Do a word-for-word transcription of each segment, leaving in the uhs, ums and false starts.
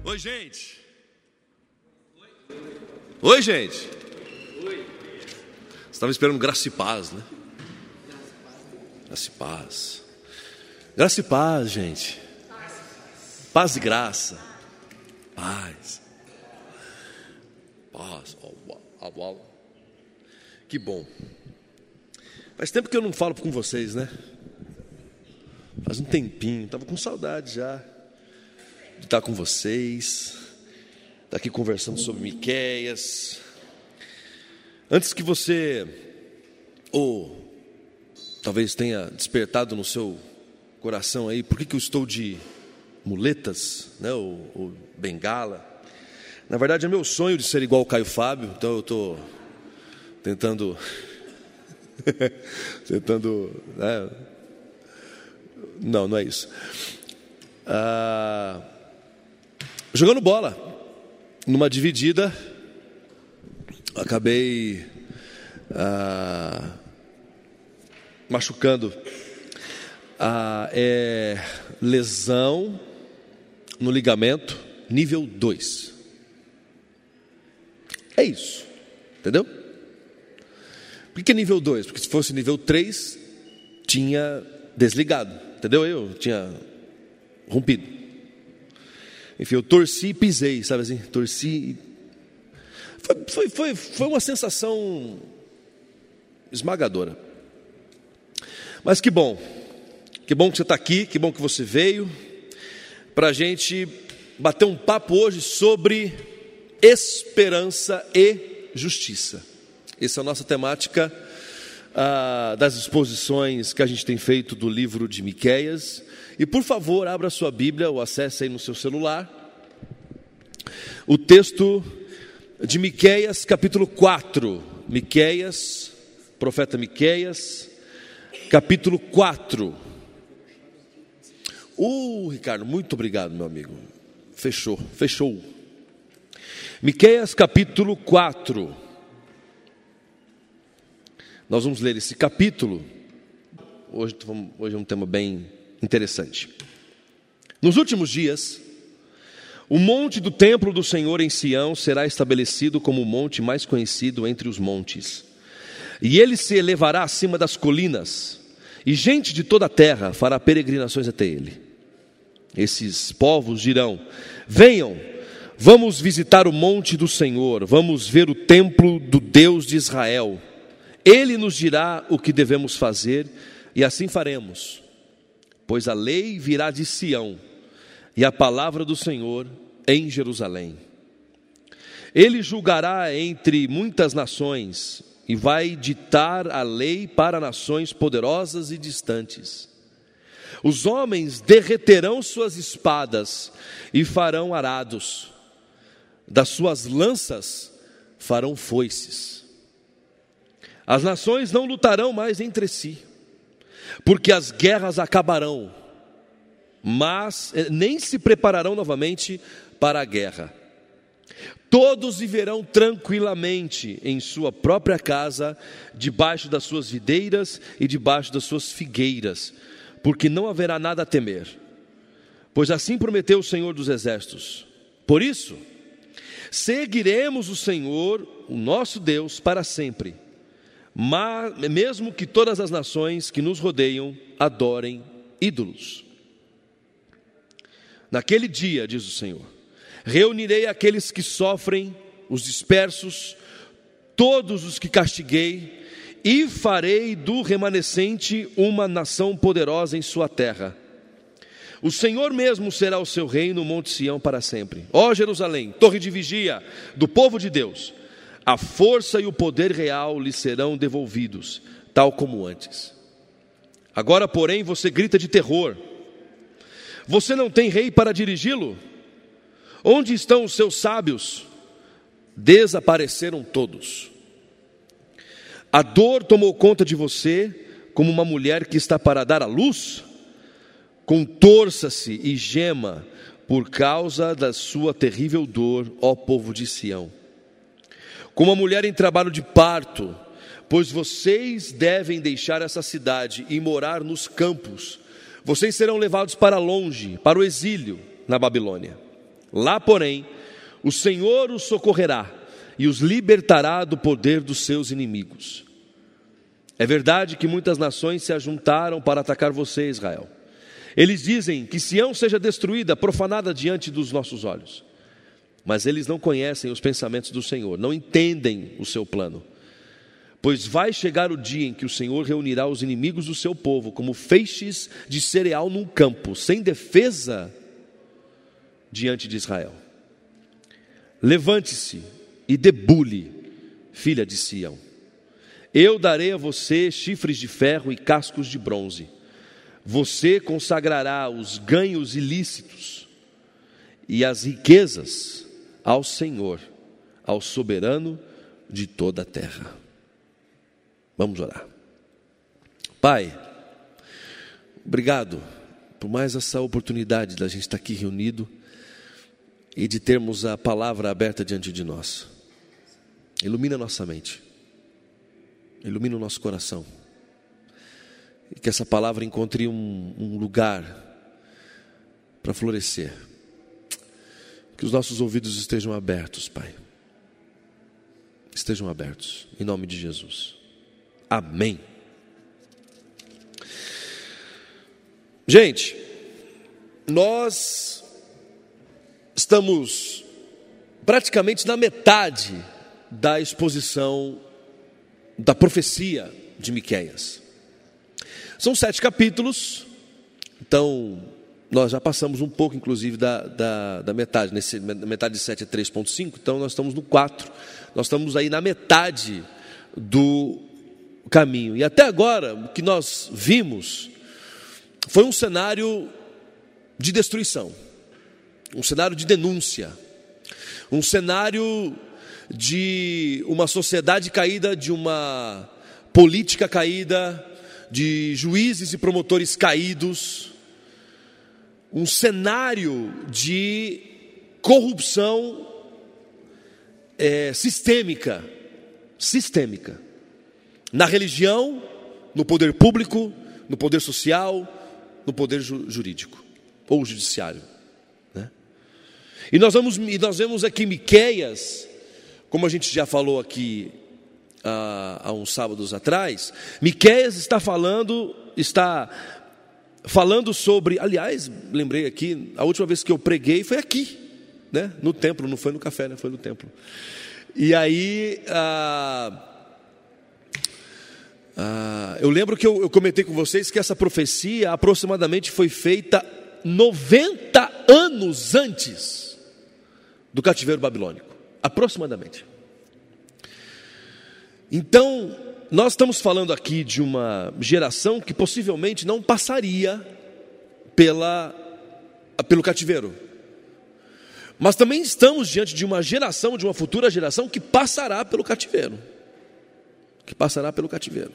Oi, gente. Oi, gente. Oi. Você estava esperando graça e paz, né? Graça e paz. Graça e paz, gente. Paz e graça. Paz. Paz. Que bom. Faz tempo que eu não falo com vocês, né? Faz um tempinho. Estava com saudade já de estar com vocês, estar aqui conversando sobre Miqueias. Antes que você, ou talvez tenha despertado no seu coração aí, por que, que eu estou de muletas, né, ou, ou bengala? Na verdade é meu sonho de ser igual ao Caio Fábio, então eu estou tentando, tentando, né? Não, não é isso. Ah, jogando bola, numa dividida, acabei ah, machucando. Ah, é lesão no ligamento nível dois. É isso, entendeu? Por que é nível dois? Porque se fosse nível três, tinha desligado, entendeu? Eu tinha rompido. Enfim, eu torci e pisei, sabe assim? Torci e... Foi, foi, foi, foi uma sensação esmagadora. Mas que bom. Que bom que você está aqui, que bom que você veio para a gente bater um papo hoje sobre esperança e justiça. Essa é a nossa temática ah, das exposições que a gente tem feito do livro de Miqueias. E por favor, abra sua Bíblia ou acesse aí no seu celular o texto de Miqueias, capítulo quatro. Miqueias, profeta Miqueias, capítulo quatro. Uh, Ricardo, muito obrigado, meu amigo. Fechou, fechou. Miqueias, capítulo quatro. Nós vamos ler esse capítulo. Hoje, hoje é um tema bem interessante. Nos últimos dias, o monte do templo do Senhor em Sião será estabelecido como o monte mais conhecido entre os montes. E ele se elevará acima das colinas, e gente de toda a terra fará peregrinações até ele. Esses povos dirão: venham, vamos visitar o monte do Senhor, vamos ver o templo do Deus de Israel. Ele nos dirá o que devemos fazer, e assim faremos. Pois a lei virá de Sião, e a palavra do Senhor em Jerusalém. Ele julgará entre muitas nações, e vai ditar a lei para nações poderosas e distantes. Os homens derreterão suas espadas e farão arados, das suas lanças farão foices. As nações não lutarão mais entre si, porque as guerras acabarão, mas nem se prepararão novamente para a guerra. Todos viverão tranquilamente em sua própria casa, debaixo das suas videiras e debaixo das suas figueiras, porque não haverá nada a temer, pois assim prometeu o Senhor dos Exércitos. Por isso, seguiremos o Senhor, o nosso Deus, para sempre, mas, mesmo que todas as nações que nos rodeiam adorem ídolos. Naquele dia, diz o Senhor, reunirei aqueles que sofrem, os dispersos, todos os que castiguei, e farei do remanescente uma nação poderosa em sua terra. O Senhor mesmo será o seu rei no Monte Sião para sempre. Ó Jerusalém, torre de vigia do povo de Deus, a força e o poder real lhe serão devolvidos, tal como antes. Agora, porém, você grita de terror. Você não tem rei para dirigi-lo? Onde estão os seus sábios? Desapareceram todos. A dor tomou conta de você, como uma mulher que está para dar à luz? Contorça-se e gema por causa da sua terrível dor, ó povo de Sião. Como uma mulher em trabalho de parto, pois vocês devem deixar essa cidade e morar nos campos. Vocês serão levados para longe, para o exílio na Babilônia. Lá, porém, o Senhor os socorrerá e os libertará do poder dos seus inimigos. É verdade que muitas nações se ajuntaram para atacar você, Israel. Eles dizem que Sião seja destruída, profanada diante dos nossos olhos. Mas eles não conhecem os pensamentos do Senhor, não entendem o seu plano. Pois vai chegar o dia em que o Senhor reunirá os inimigos do seu povo, como feixes de cereal num campo, sem defesa diante de Israel. Levante-se e debule, filha de Sião. Eu darei a você chifres de ferro e cascos de bronze. Você consagrará os ganhos ilícitos e as riquezas ao Senhor, ao soberano de toda a terra. Vamos orar. Pai, obrigado por mais essa oportunidade da gente estar aqui reunido e de termos a palavra aberta diante de nós. Ilumina nossa mente, ilumina o nosso coração, e que essa palavra encontre um, um lugar para florescer. Que os nossos ouvidos estejam abertos, Pai. Estejam abertos, em nome de Jesus. Amém. Gente, nós estamos praticamente na metade da exposição da profecia de Miqueias. São sete capítulos, então nós já passamos um pouco, inclusive, da, da, da metade. Nesse, metade de sete é três ponto cinco, então nós estamos no quatro. Nós estamos aí na metade do caminho. E até agora, o que nós vimos foi um cenário de destruição, um cenário de denúncia, um cenário de uma sociedade caída, de uma política caída, de juízes e promotores caídos, um cenário de corrupção é, sistêmica, sistêmica, na religião, no poder público, no poder social, no poder ju- jurídico ou judiciário, né? E nós vamos, e nós vemos aqui Miqueias, como a gente já falou aqui há, há uns sábados atrás. Miqueias está falando, está falando sobre, aliás, lembrei aqui, a última vez que eu preguei foi aqui, né? No templo, não foi no café, né? Foi no templo. E aí, ah, ah, eu lembro que eu, eu comentei com vocês que essa profecia aproximadamente foi feita noventa anos antes do cativeiro babilônico, aproximadamente. Então, nós estamos falando aqui de uma geração que possivelmente não passaria pela, pelo cativeiro, mas também estamos diante de uma geração, de uma futura geração que passará pelo cativeiro, que passará pelo cativeiro.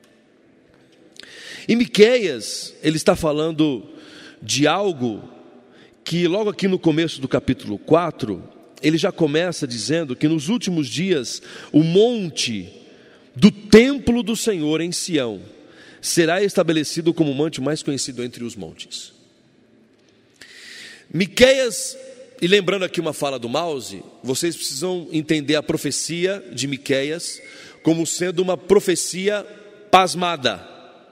E Miqueias, ele está falando de algo que logo aqui no começo do capítulo quatro, ele já começa dizendo que nos últimos dias o monte do templo do Senhor em Sião será estabelecido como o monte mais conhecido entre os montes. Miqueias, e lembrando aqui uma fala do Mouse, vocês precisam entender a profecia de Miqueias como sendo uma profecia pasmada.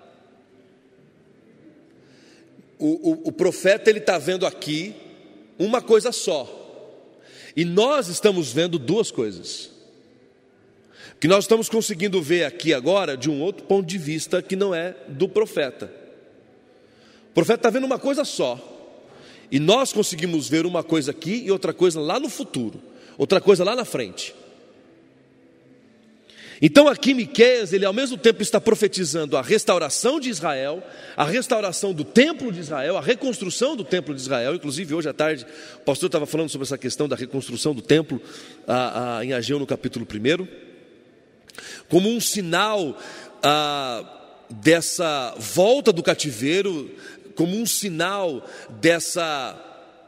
O, o, o profeta, ele está vendo aqui uma coisa só, e nós estamos vendo duas coisas, que nós estamos conseguindo ver aqui agora de um outro ponto de vista que não é do profeta. O profeta está vendo uma coisa só, e nós conseguimos ver uma coisa aqui e outra coisa lá no futuro, outra coisa lá na frente. Então aqui Miqueias, ele ao mesmo tempo está profetizando a restauração de Israel, a restauração do templo de Israel, a reconstrução do templo de Israel. Inclusive hoje à tarde o pastor estava falando sobre essa questão da reconstrução do templo ah, ah, em Ageu no capítulo primeiro, como um sinal ah, dessa volta do cativeiro, como um sinal dessa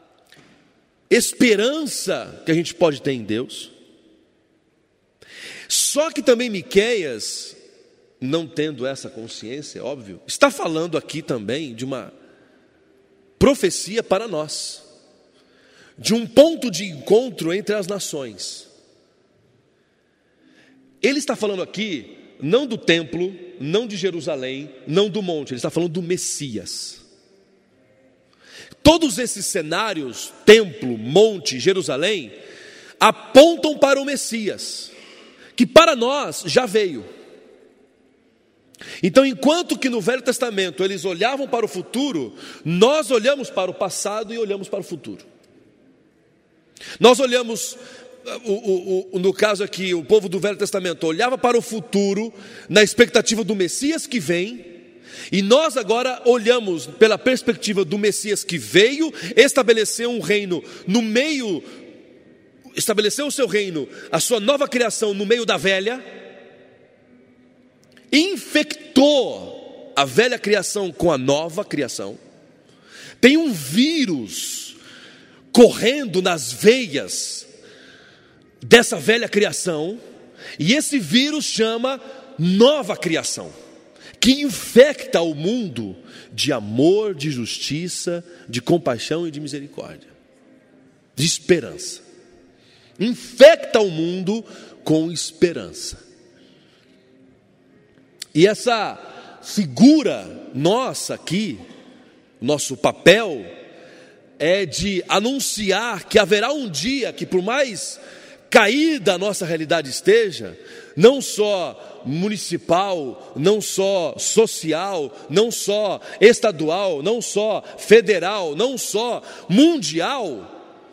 esperança que a gente pode ter em Deus. Só que também Miqueias, não tendo essa consciência, óbvio, está falando aqui também de uma profecia para nós, de um ponto de encontro entre as nações. Ele está falando aqui não do templo, não de Jerusalém, não do monte, ele está falando do Messias. Todos esses cenários, templo, monte, Jerusalém, apontam para o Messias, que para nós já veio. Então, enquanto que no Velho Testamento eles olhavam para o futuro, nós olhamos para o passado e olhamos para o futuro. Nós olhamos, o, o, o, no caso aqui, o povo do Velho Testamento olhava para o futuro na expectativa do Messias que vem, e nós agora olhamos pela perspectiva do Messias que veio, estabeleceu um reino no meio, estabeleceu o seu reino, a sua nova criação no meio da velha, infectou a velha criação com a nova criação. Tem um vírus correndo nas veias dessa velha criação, e esse vírus chama nova criação, que infecta o mundo de amor, de justiça, de compaixão e de misericórdia, de esperança. Infecta o mundo com esperança. E essa figura nossa aqui, nosso papel, é de anunciar que haverá um dia que, por mais caída a nossa realidade esteja, não só municipal, não só social, não só estadual, não só federal, não só mundial,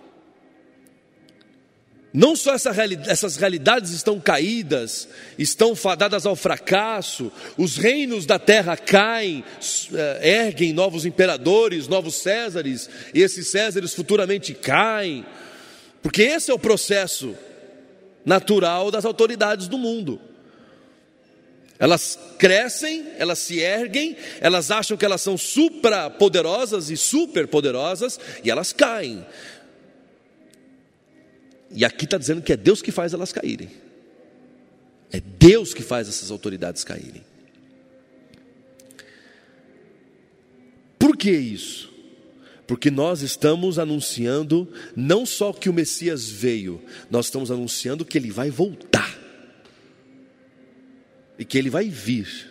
não só essa reali- essas realidades estão caídas, estão fadadas ao fracasso, os reinos da terra caem, erguem novos imperadores, novos césares, e esses césares futuramente caem, porque esse é o processo natural das autoridades do mundo. Elas crescem, elas se erguem, elas acham que elas são suprapoderosas e superpoderosas, e elas caem. E aqui está dizendo que é Deus que faz elas caírem. É Deus que faz essas autoridades caírem. Por que isso? Porque nós estamos anunciando não só que o Messias veio, nós estamos anunciando que ele vai voltar. E que ele vai vir.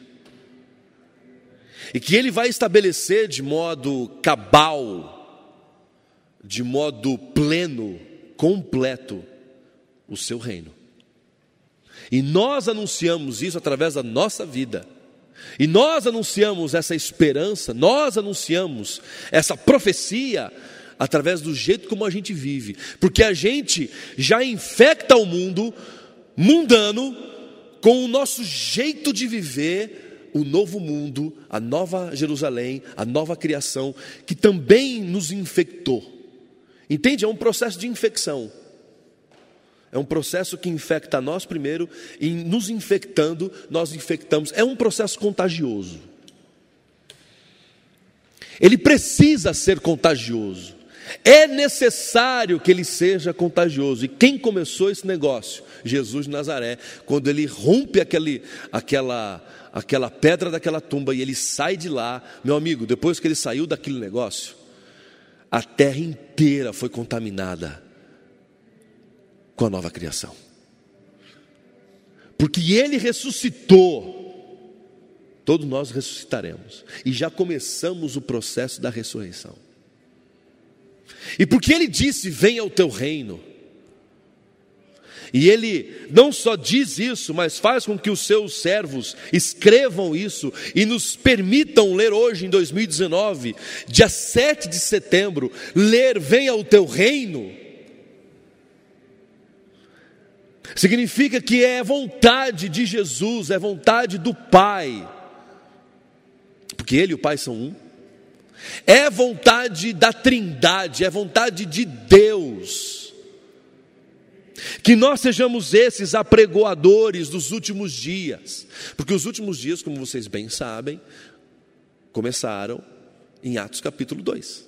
E que ele vai estabelecer de modo cabal, de modo pleno, completo, o seu reino. E nós anunciamos isso através da nossa vida. E nós anunciamos essa esperança, nós anunciamos essa profecia através do jeito como a gente vive. Porque a gente já infecta o mundo mundano com o nosso jeito de viver o novo mundo, a nova Jerusalém, a nova criação, que também nos infectou. Entende? É um processo de infecção. É um processo que infecta nós primeiro, e nos infectando, nós infectamos. É um processo contagioso. Ele precisa ser contagioso. É necessário que ele seja contagioso. E quem começou esse negócio? Jesus de Nazaré, quando ele rompe aquele, aquela, aquela pedra daquela tumba e ele sai de lá. Meu amigo, depois que ele saiu daquele negócio, a terra inteira foi contaminada com a nova criação. Porque ele ressuscitou, todos nós ressuscitaremos. E já começamos o processo da ressurreição. E porque ele disse, venha o teu reino. E ele não só diz isso, mas faz com que os seus servos escrevam isso e nos permitam ler hoje em dois mil e dezenove, dia sete de setembro, ler venha o teu reino. Significa que é vontade de Jesus, é vontade do Pai, porque ele e o Pai são um. É vontade da Trindade, é vontade de Deus, que nós sejamos esses apregoadores dos últimos dias. Porque os últimos dias, como vocês bem sabem, começaram em Atos capítulo dois,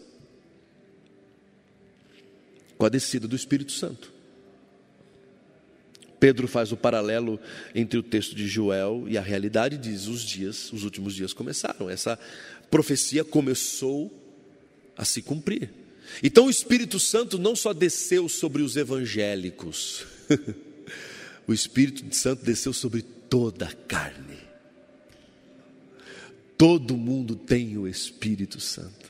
com a descida do Espírito Santo. Pedro faz o paralelo entre o texto de Joel e a realidade, e diz, os dias, os últimos dias começaram. Essa profecia começou a se cumprir. Então o Espírito Santo não só desceu sobre os evangélicos, o Espírito Santo desceu sobre toda a carne. Todo mundo tem o Espírito Santo.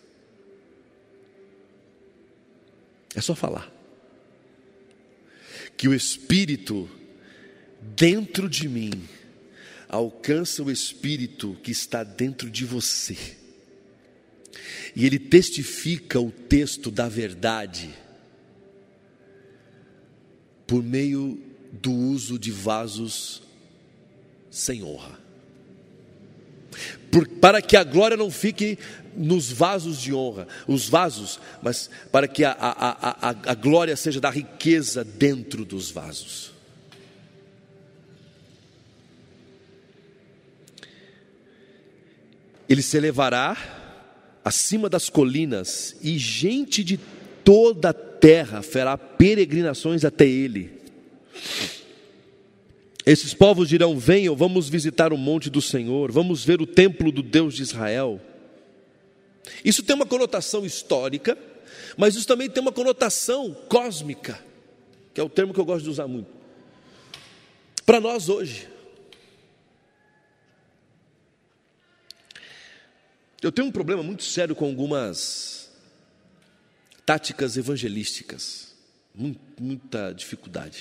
É só falar que o Espírito dentro de mim alcança o Espírito que está dentro de você, e ele testifica o texto da verdade por meio do uso de vasos sem honra, por, para que a glória não fique nos vasos de honra, os vasos, mas para que a, a, a, a glória seja da riqueza dentro dos vasos. Ele se elevará acima das colinas, e gente de toda a terra fará peregrinações até ele. Esses povos dirão: venham, vamos visitar o monte do Senhor, vamos ver o templo do Deus de Israel. Isso tem uma conotação histórica, mas isso também tem uma conotação cósmica, que é o termo que eu gosto de usar muito para nós hoje. Eu tenho um problema muito sério com algumas táticas evangelísticas, muita dificuldade,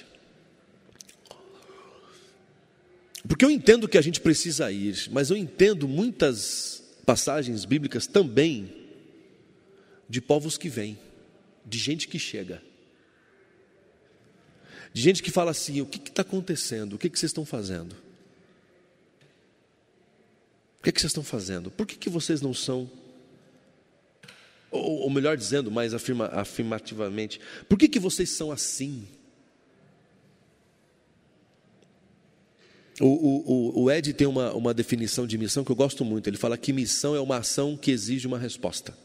porque eu entendo que a gente precisa ir, mas eu entendo muitas passagens bíblicas também de povos que vêm, de gente que chega, de gente que fala assim: o que está acontecendo? O que, que vocês estão fazendo? O que, que vocês estão fazendo? Por que, que vocês não são, ou, ou melhor dizendo, mais afirma, afirmativamente, por que, que vocês são assim? O, o, o Ed tem uma, uma definição de missão que eu gosto muito. Ele fala que missão é uma ação que exige uma resposta.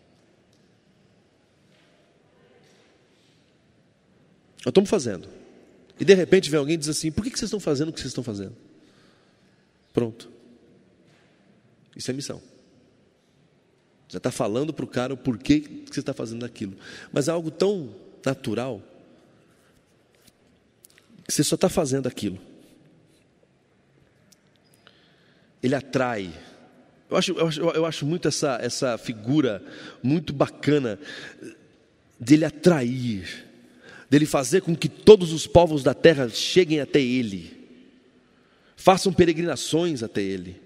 Nós estamos fazendo, e de repente vem alguém e diz assim: por que, que vocês estão fazendo o que vocês estão fazendo? Pronto. Isso é missão. Já está falando para o cara o porquê que você está fazendo aquilo. Mas é algo tão natural que você só está fazendo aquilo. Ele atrai. Eu acho, eu acho, eu acho muito essa, essa figura muito bacana dele atrair, dele fazer com que todos os povos da terra cheguem até ele, façam peregrinações até ele.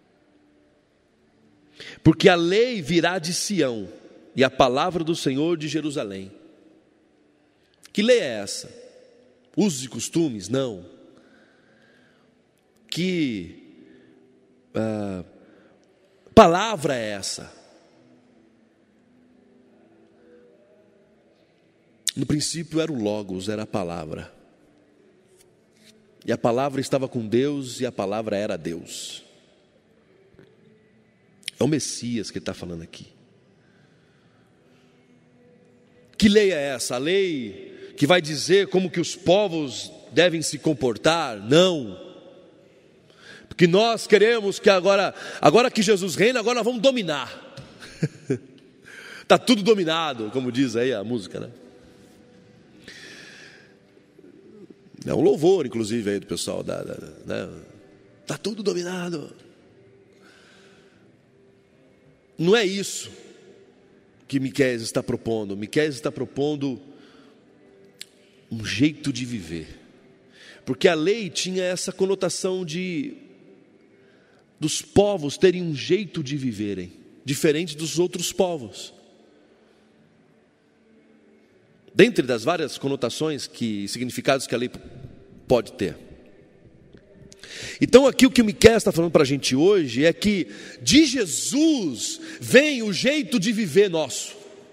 Porque a lei virá de Sião, e a palavra do Senhor de Jerusalém. Que lei é essa? Usos e costumes? Não. Que uh, palavra é essa? No princípio era o Logos, era a palavra. E a palavra estava com Deus, e a palavra era Deus. É o Messias que ele está falando aqui. Que lei é essa? A lei que vai dizer como que os povos devem se comportar? Não. Porque nós queremos que agora, agora que Jesus reina, agora nós vamos dominar. Está tudo dominado, como diz aí a música, né? É um louvor, inclusive, aí do pessoal da, da, né? Está tudo dominado. Não é isso que Miqueias está propondo. Miqueias está propondo um jeito de viver, porque a lei tinha essa conotação de dos povos terem um jeito de viverem diferente dos outros povos. Dentre das várias conotações que significados que a lei pode ter. Então aqui o que o Miqueias está falando para a gente hoje é que de Jesus vem o jeito de viver nosso.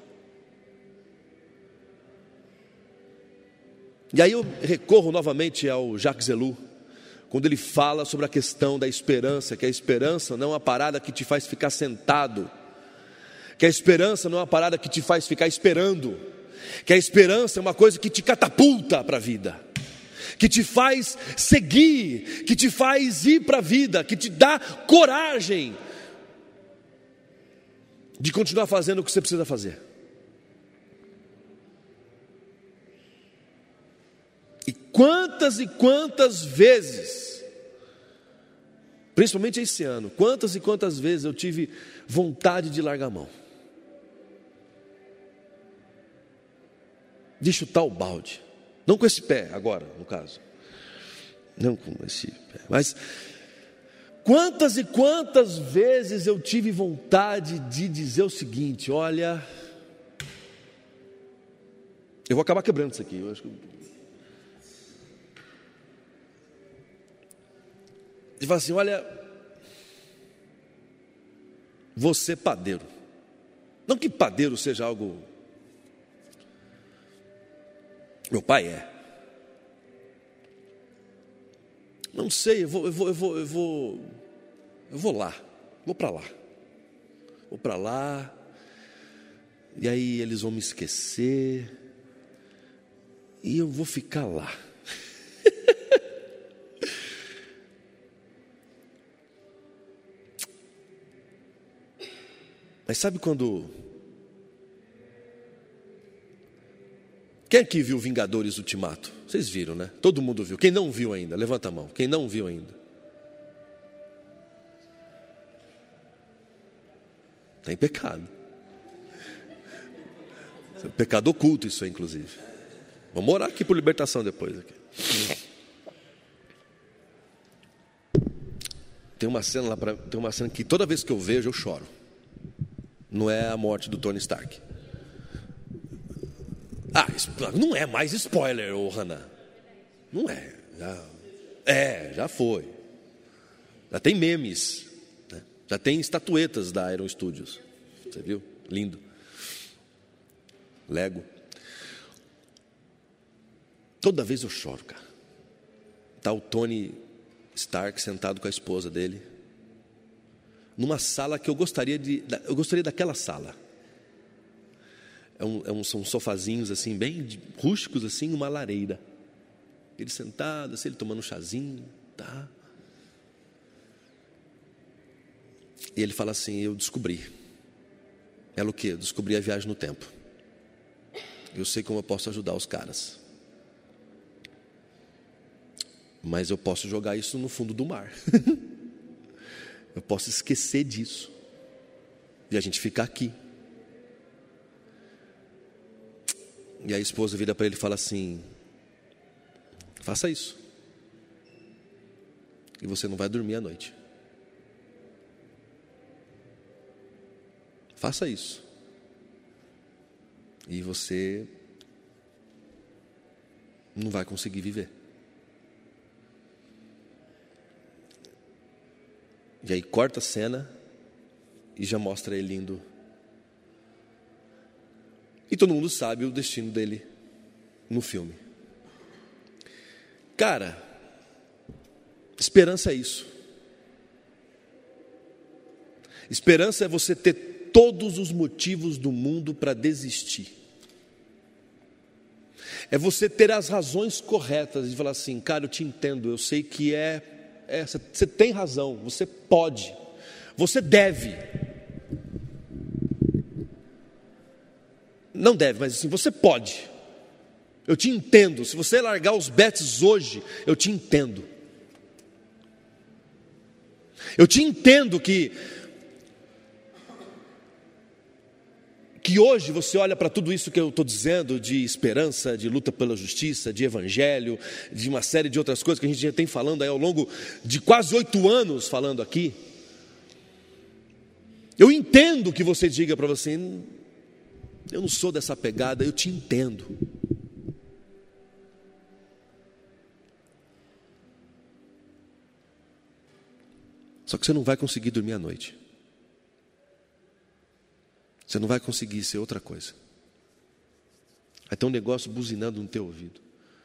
E aí eu recorro novamente ao Jacques Ellul, quando ele fala sobre a questão da esperança, que a esperança não é uma parada que te faz ficar sentado, que a esperança não é uma parada que te faz ficar esperando, que a esperança é uma coisa que te catapulta para a vida, que te faz seguir, que te faz ir para a vida, que te dá coragem de continuar fazendo o que você precisa fazer. E quantas e quantas vezes, principalmente esse ano, quantas e quantas vezes eu tive vontade de largar a mão, de chutar o balde, não com esse pé agora, no caso, não com esse pé, mas quantas e quantas vezes eu tive vontade de dizer o seguinte: olha, eu vou acabar quebrando isso aqui, eu acho que de falar assim, olha, você padeiro, não que padeiro seja algo, meu pai é, não sei, eu vou, eu vou, eu vou, eu vou, eu vou lá, vou para lá, vou para lá, e aí eles vão me esquecer, e eu vou ficar lá. Mas sabe quando... Quem aqui viu Vingadores Ultimato? Vocês viram, né? Todo mundo viu. Quem não viu ainda, levanta a mão. Quem não viu ainda? Tem pecado. É um pecado oculto isso aí, inclusive. Vamos orar aqui por libertação depois. Aqui. Tem uma cena lá, pra, tem uma cena que toda vez que eu vejo eu choro. Não é a morte do Tony Stark. Ah, não é mais spoiler, ô Hannah. Não é. Já, é, já foi. Já tem memes. Né? Já tem estatuetas da Iron Studios. Você viu? Lindo. Lego. Toda vez eu choro, cara. Tá o Tony Stark sentado com a esposa dele numa sala que eu gostaria de, eu gostaria daquela sala. É um, é um, são sofazinhos assim, bem rústicos assim, uma lareira. Ele sentado, assim, ele tomando um chazinho, tá? E ele fala assim: eu descobri. Ela o quê? Eu descobri a viagem no tempo. Eu sei como eu posso ajudar os caras. Mas eu posso jogar isso no fundo do mar. Eu posso esquecer disso. E a gente ficar aqui. E a esposa vira para ele e fala assim: faça isso. E você não vai dormir à noite. Faça isso. E você não vai conseguir viver. E aí corta a cena e já mostra ele indo. E todo mundo sabe o destino dele no filme. Cara, esperança é isso. Esperança é você ter todos os motivos do mundo para desistir. É você ter as razões corretas de falar assim: cara, eu te entendo, eu sei que é, é você tem razão, você pode, você deve. Não deve, mas assim, você pode. Eu te entendo. Se você largar os bets hoje, eu te entendo. Eu te entendo que que hoje você olha para tudo isso que eu estou dizendo, de esperança, de luta pela justiça, de evangelho, de uma série de outras coisas que a gente já tem falando aí ao longo de quase oito anos falando aqui. Eu entendo que você diga para você: eu não sou dessa pegada, eu te entendo. Só que você não vai conseguir dormir à noite. Você não vai conseguir ser outra coisa. Vai ter um negócio buzinando no teu ouvido.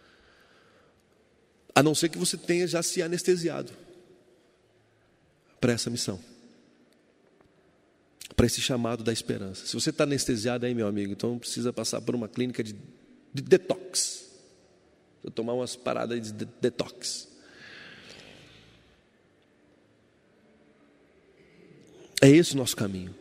A não ser que você tenha já se anestesiado para essa missão, para esse chamado da esperança. Se você está anestesiado aí, meu amigo, então precisa passar por uma clínica de, de detox. Vou tomar umas paradas de, de detox. É esse o nosso caminho.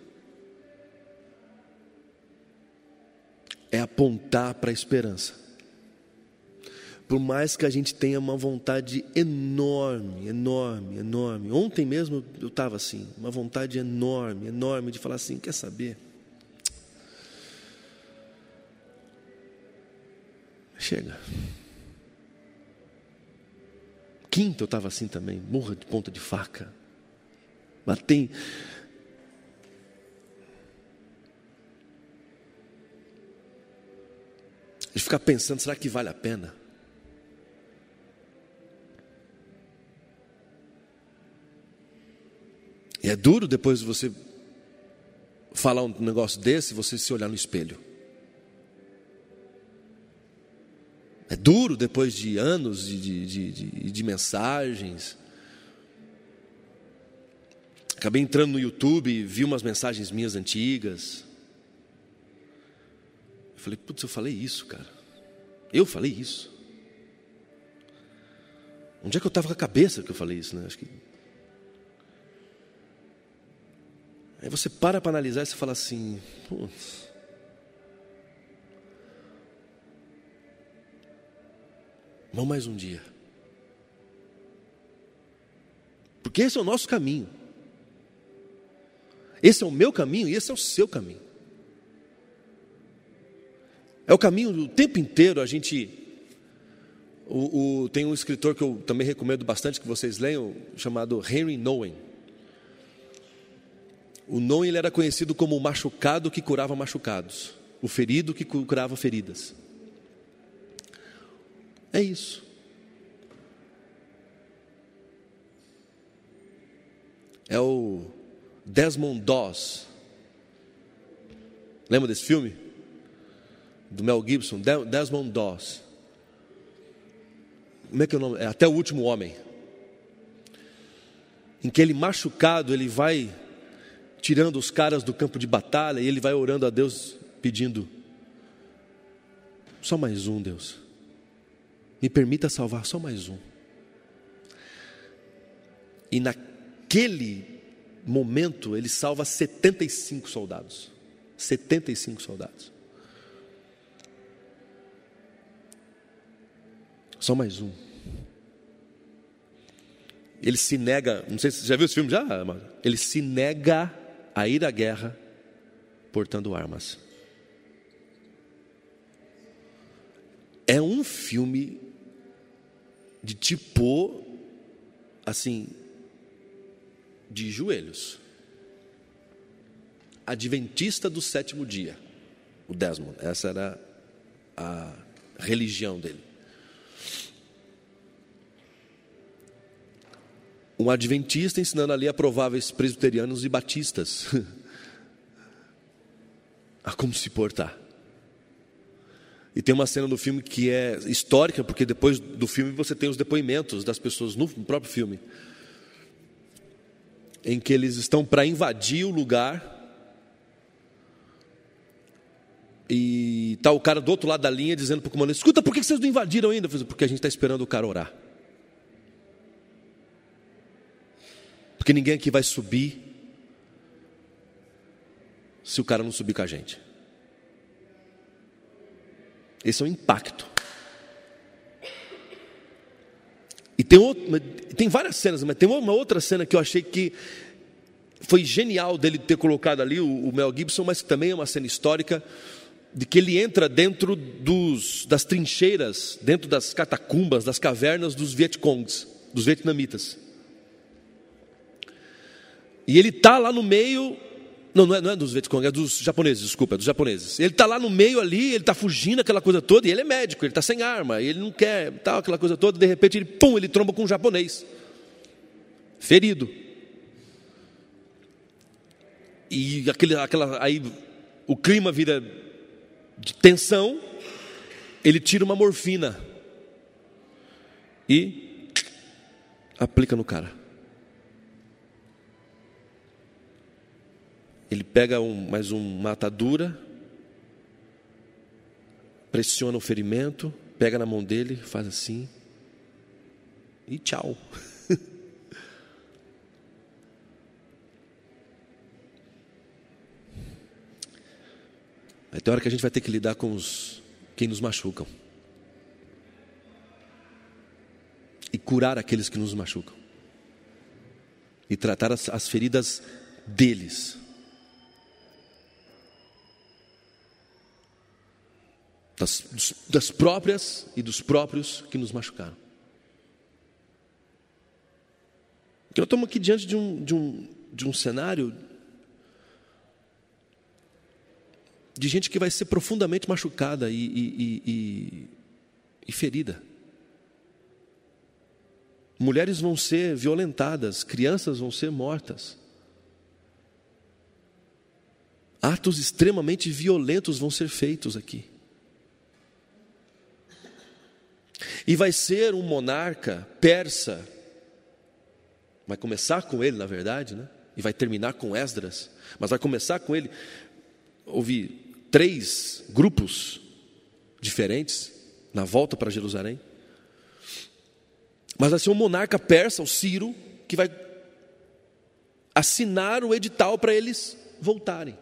É apontar para a esperança. por mais que a gente tenha uma vontade enorme, enorme, enorme. Ontem mesmo eu estava assim, uma vontade enorme, enorme de falar assim, quer saber? Chega. Quinta eu estava assim também, morra de ponta de faca. Batei. De ficar pensando, será que vale a pena? E é duro depois de você falar um negócio desse, você se olhar no espelho. É duro depois de anos de, de, de, de, de mensagens. Acabei entrando no YouTube e vi umas mensagens minhas antigas. Eu falei, putz, eu falei isso, cara. Eu falei isso. Onde é que eu estava com a cabeça que eu falei isso, né? Acho que... Aí você para para analisar e você fala assim, putz, não mais um dia. Porque esse é o nosso caminho. Esse é o meu caminho e esse é o seu caminho. É o caminho o tempo inteiro a gente... O, o, tem um escritor que eu também recomendo bastante que vocês leiam, chamado Henry Nouwen. O Nouwen, ele era conhecido como o machucado que curava machucados, o ferido que curava feridas. É isso. É o Desmond Doss. Lembra desse filme? Do Mel Gibson, Desmond Doss. Como é que é o nome? É Até o Último Homem. Em que ele machucado, ele vai tirando os caras do campo de batalha e ele vai orando a Deus, pedindo: só mais um, Deus. Me permita salvar só mais um. E naquele momento ele salva setenta e cinco soldados. setenta e cinco soldados. Só mais um. Ele se nega, não sei se você já viu esse filme já, amado? Ele se nega a ir à guerra portando armas. É um filme de tipo, assim, de joelhos. Adventista do sétimo dia, o Desmond, essa era a religião dele. Um adventista ensinando ali a prováveis presbiterianos e batistas a como se portar. E tem uma cena no filme que é histórica, porque depois do filme você tem os depoimentos das pessoas no próprio filme, em que eles estão para invadir o lugar e está o cara do outro lado da linha dizendo para o comandante: escuta, por que vocês não invadiram ainda? Eu falei, porque a gente está esperando o cara orar. Porque ninguém aqui vai subir se o cara não subir com a gente. Esse é o impacto. E tem, outro, tem várias cenas, mas tem uma outra cena que eu achei que foi genial dele ter colocado ali, o, o Mel Gibson, mas que também é uma cena histórica, de que ele entra dentro dos, das trincheiras, dentro das catacumbas, das cavernas dos Vietcongs, dos vietnamitas. E ele está lá no meio, não, não é, não é dos Vietcong, é dos japoneses, desculpa, é dos japoneses. Ele está lá no meio ali, ele está fugindo, aquela coisa toda, e ele é médico, ele está sem arma, ele não quer, tal, aquela coisa toda, de repente ele, pum, ele tromba com um japonês, ferido. E aquele, aquela, aí o clima vira de tensão, ele tira uma morfina e aplica no cara. Ele pega um, mais uma atadura, pressiona o ferimento, pega na mão dele, faz assim e tchau. Aí tem hora que a gente vai ter que lidar com os quem nos machucam. e curar aqueles que nos machucam, e tratar as, as feridas deles. Das, das próprias e dos próprios que nos machucaram. Porque nós estamos aqui diante de um, de um, de um cenário de gente que vai ser profundamente machucada e, e, e, e ferida. Mulheres vão ser violentadas, crianças vão ser mortas. Atos extremamente violentos vão ser feitos aqui. E vai ser um monarca persa, vai começar com ele, na verdade, né? E vai terminar com Esdras, mas vai começar com ele. Houve três grupos diferentes na volta para Jerusalém. Mas vai ser um monarca persa, o Ciro, que vai assinar o edital para eles voltarem.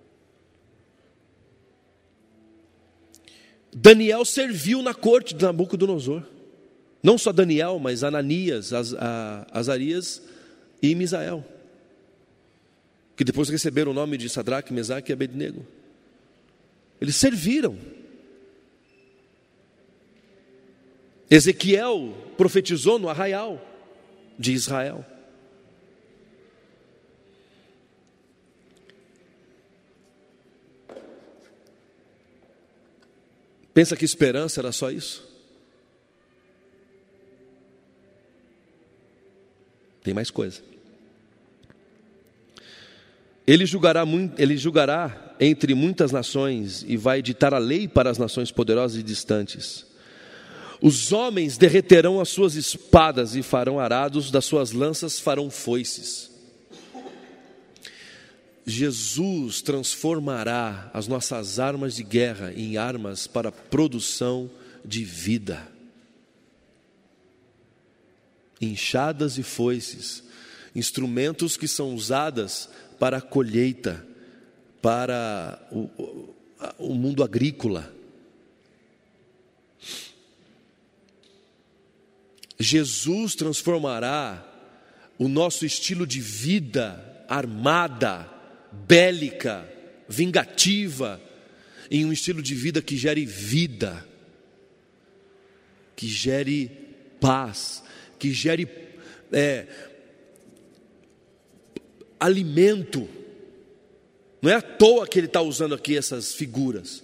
Daniel serviu na corte de Nabucodonosor. Não só Daniel, mas Ananias, Azarias e Misael, que depois receberam o nome de Sadraque, Mesaque e Abednego. Eles serviram. Ezequiel profetizou no arraial de Israel. Pensa que esperança era só isso? Tem mais coisa. Ele julgará, ele julgará entre muitas nações e vai ditar a lei para as nações poderosas e distantes. Os homens derreterão as suas espadas e farão arados, das suas lanças farão foices. Jesus transformará as nossas armas de guerra em armas para a produção de vida. Enxadas e foices, instrumentos que são usados para a colheita, para o, o, o mundo agrícola. Jesus transformará o nosso estilo de vida armada, bélica, vingativa, em um estilo de vida que gere vida, que gere paz, que gere é, alimento. Não é à toa que ele está usando aqui essas figuras.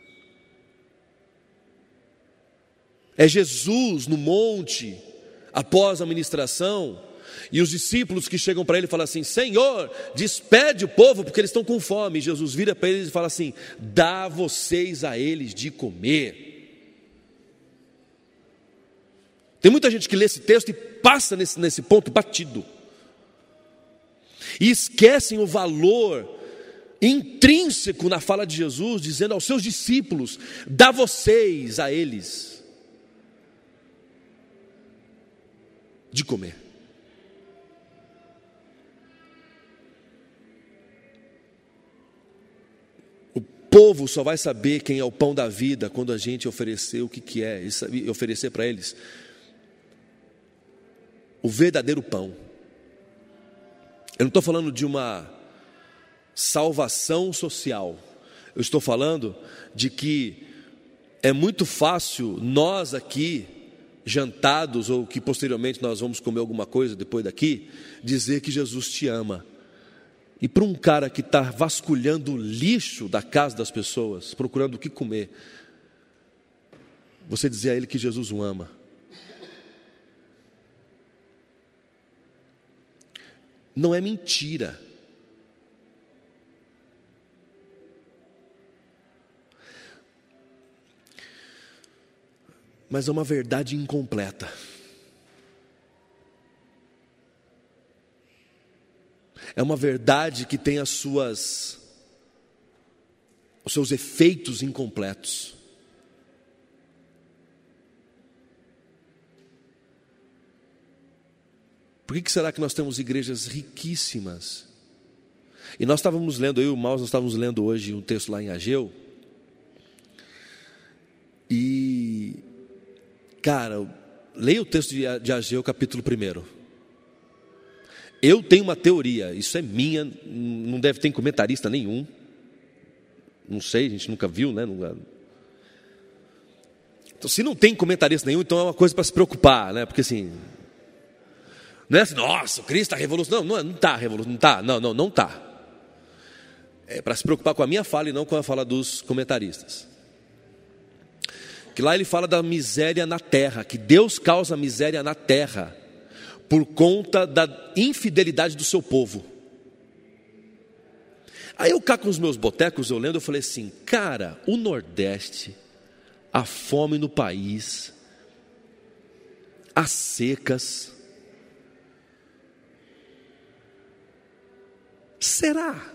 É Jesus no monte, após a ministração, e os discípulos que chegam para ele e falam assim: Senhor, despede o povo porque eles estão com fome. E Jesus vira para eles e fala assim: dá vocês a eles de comer. Tem muita gente que lê esse texto e passa nesse, nesse ponto batido, e esquecem o valor intrínseco na fala de Jesus, dizendo aos seus discípulos: dá vocês a eles de comer. O povo só vai saber quem é o pão da vida quando a gente oferecer o que, que é, e oferecer para eles o verdadeiro pão. Eu não estou falando de uma salvação social. Eu estou falando de que é muito fácil nós aqui, jantados, ou que posteriormente nós vamos comer alguma coisa depois daqui, dizer que Jesus te ama. E para um cara que está vasculhando o lixo da casa das pessoas, procurando o que comer, você dizer a ele que Jesus o ama. Não é mentira. Mas é uma verdade incompleta. É uma verdade que tem as suas, os seus efeitos incompletos. Por que que será que nós temos igrejas riquíssimas? E nós estávamos lendo, eu e o Maus, nós estávamos lendo hoje um texto lá em Ageu. E, cara, leia o texto de, de Ageu, capítulo primeiro. Eu tenho uma teoria, isso é minha, não deve ter comentarista nenhum. Não sei, a gente nunca viu, né? Então, se não tem comentarista nenhum, então é uma coisa para se preocupar, né? Porque assim, não é assim, nossa, o Cristo está revolucionando. Não, não está revolucionando, não está, não, não, não está. É para se preocupar com a minha fala e não com a fala dos comentaristas. Que lá ele fala da miséria na terra, que Deus causa miséria na terra por conta da infidelidade do seu povo. Aí eu cá com os meus botecos, eu lendo, eu falei assim, cara, o Nordeste, a fome no país, as secas, será?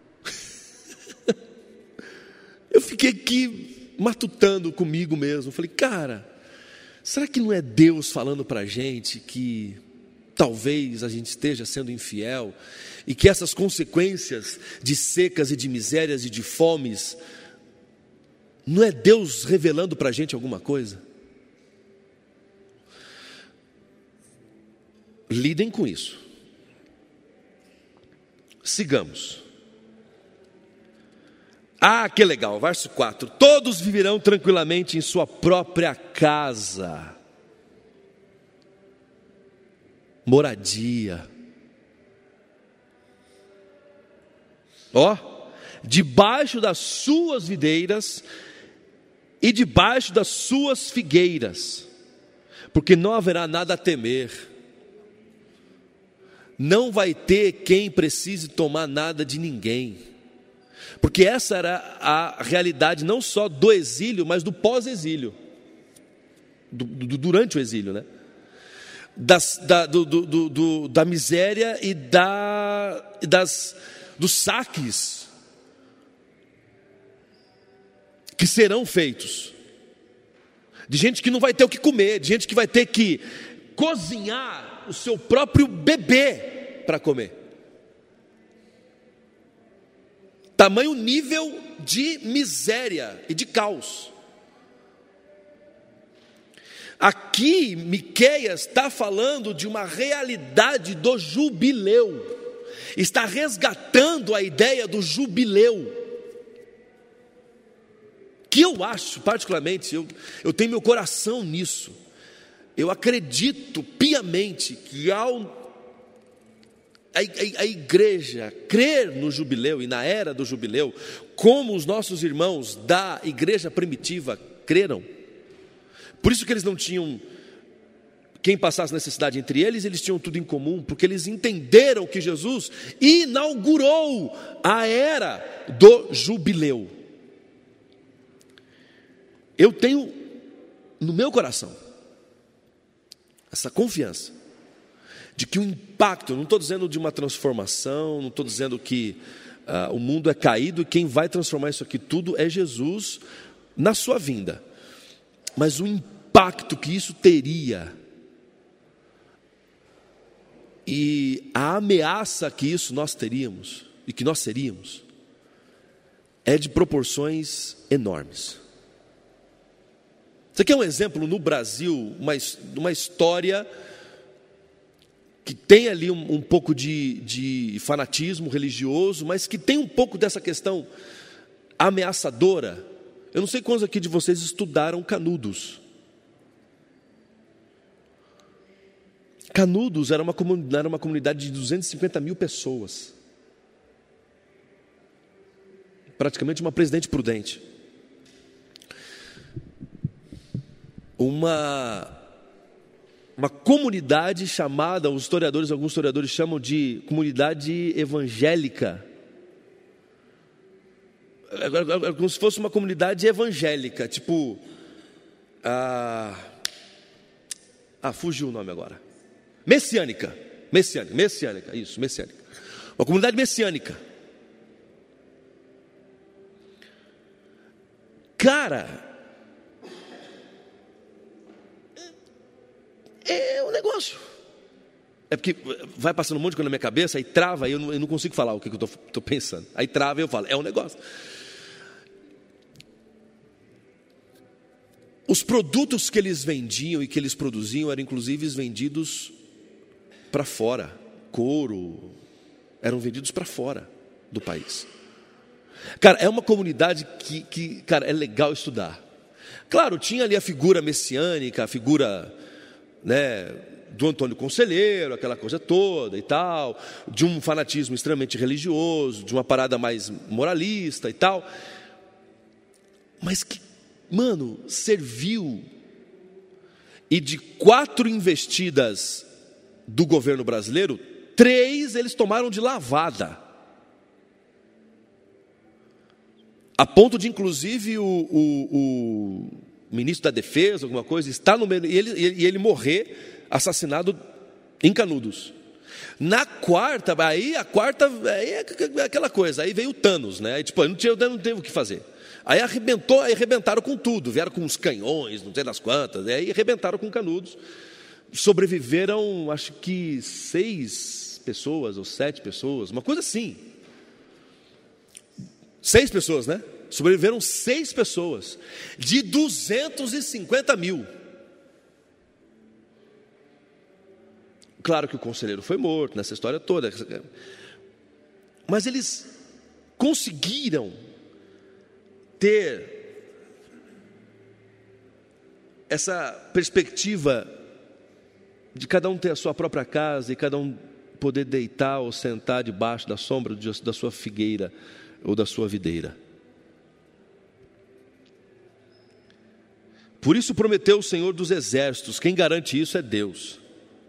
Eu fiquei aqui matutando comigo mesmo, falei, cara, será que não é Deus falando para a gente que talvez a gente esteja sendo infiel e que essas consequências de secas e de misérias e de fomes, não é Deus revelando para a gente alguma coisa? Lidem com isso. Sigamos. Ah, que legal, verso quatro. Todos viverão tranquilamente em sua própria casa. Moradia. Ó, debaixo das suas videiras e debaixo das suas figueiras, porque não haverá nada a temer. Não vai ter quem precise tomar nada de ninguém, porque essa era a realidade não só do exílio, mas do pós-exílio, do, do, durante o exílio, né? Das, da, do, do, do, da miséria e da, das, dos saques que serão feitos, de gente que não vai ter o que comer, de gente que vai ter que cozinhar o seu próprio bebê para comer. Tamanho nível de miséria e de caos. Aqui Miqueias está falando de uma realidade do jubileu, está resgatando a ideia do jubileu, que eu acho particularmente, eu, eu tenho meu coração nisso, eu acredito piamente que ao a, a, a igreja crer no jubileu e na era do jubileu, como os nossos irmãos da igreja primitiva creram, por isso que eles não tinham quem passasse necessidade entre eles, eles tinham tudo em comum, porque eles entenderam que Jesus inaugurou a era do jubileu. Eu tenho no meu coração essa confiança de que o impacto, eu não estou dizendo de uma transformação, não estou dizendo que uh, o mundo é caído e quem vai transformar isso aqui tudo é Jesus na sua vinda, mas o impacto que isso teria e a ameaça que isso nós teríamos e que nós seríamos é de proporções enormes. Isso aqui é um exemplo no Brasil, uma, uma história que tem ali um, um pouco de, de fanatismo religioso, mas que tem um pouco dessa questão ameaçadora. Eu não sei quantos aqui de vocês estudaram Canudos. Canudos era uma, era uma comunidade de duzentas e cinquenta mil pessoas. Praticamente uma Presidente Prudente. Uma, uma comunidade chamada, os historiadores, alguns historiadores chamam de comunidade evangélica. É como se fosse uma comunidade evangélica, tipo, ah, ah, fugiu o nome agora, messiânica, messiânica, messiânica, isso, messiânica, uma comunidade messiânica. Cara, é um negócio. É porque vai passando um monte de coisa na minha cabeça, aí trava, aí eu não, eu não consigo falar o que eu estou pensando. Aí trava e eu falo, é um negócio. os produtos que eles vendiam e que eles produziam eram inclusive vendidos para fora. Couro, eram vendidos para fora do país. Cara, é uma comunidade que, que, cara, é legal estudar. Claro, tinha ali a figura messiânica, a figura, né, do Antônio Conselheiro, aquela coisa toda e tal, de um fanatismo extremamente religioso, de uma parada mais moralista e tal, mas que, mano, serviu. E de quatro investidas do governo brasileiro, três eles tomaram de lavada, a ponto de inclusive o, o, o ministro da Defesa, alguma coisa, está no meio, e ele, e ele morrer assassinado em Canudos. Na quarta, aí a quarta, aí é aquela coisa, aí veio o Thanos, né? Aí, tipo, não tinha, não teve o que fazer. Aí arrebentou, aí arrebentaram com tudo, vieram com uns canhões, não sei das quantas, aí arrebentaram com Canudos. Sobreviveram, acho que seis pessoas ou sete pessoas, uma coisa assim. Seis pessoas, né? Sobreviveram seis pessoas, de duzentos e cinquenta mil. Claro que o conselheiro foi morto nessa história toda, mas eles conseguiram ter essa perspectiva de cada um ter a sua própria casa e cada um poder deitar ou sentar debaixo da sombra da sua figueira ou da sua videira. Por isso prometeu o Senhor dos Exércitos, quem garante isso é Deus.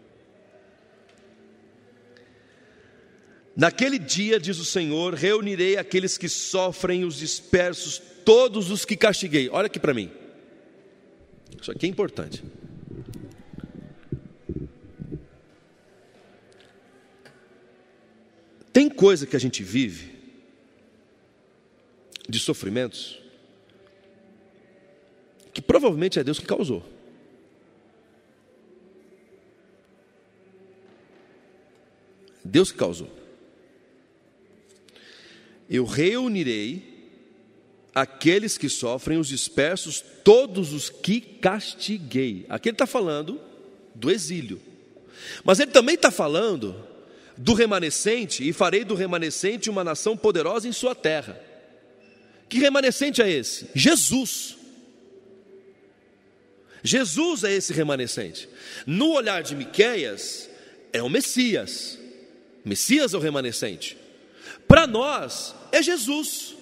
Naquele dia, diz o Senhor, reunirei aqueles que sofrem, os dispersos, todos os que castiguei. Olha aqui para mim, isso aqui é importante. Tem coisa que a gente vive de sofrimentos que provavelmente é Deus que causou. Deus que causou. Eu reunirei aqueles que sofrem, os dispersos, todos os que castiguei. Aqui ele está falando do exílio, mas ele também está falando do remanescente, e farei do remanescente uma nação poderosa em sua terra. Que remanescente é esse? Jesus. Jesus é esse remanescente. No olhar de Miqueias, é o Messias. Messias é o remanescente. Para nós, é Jesus.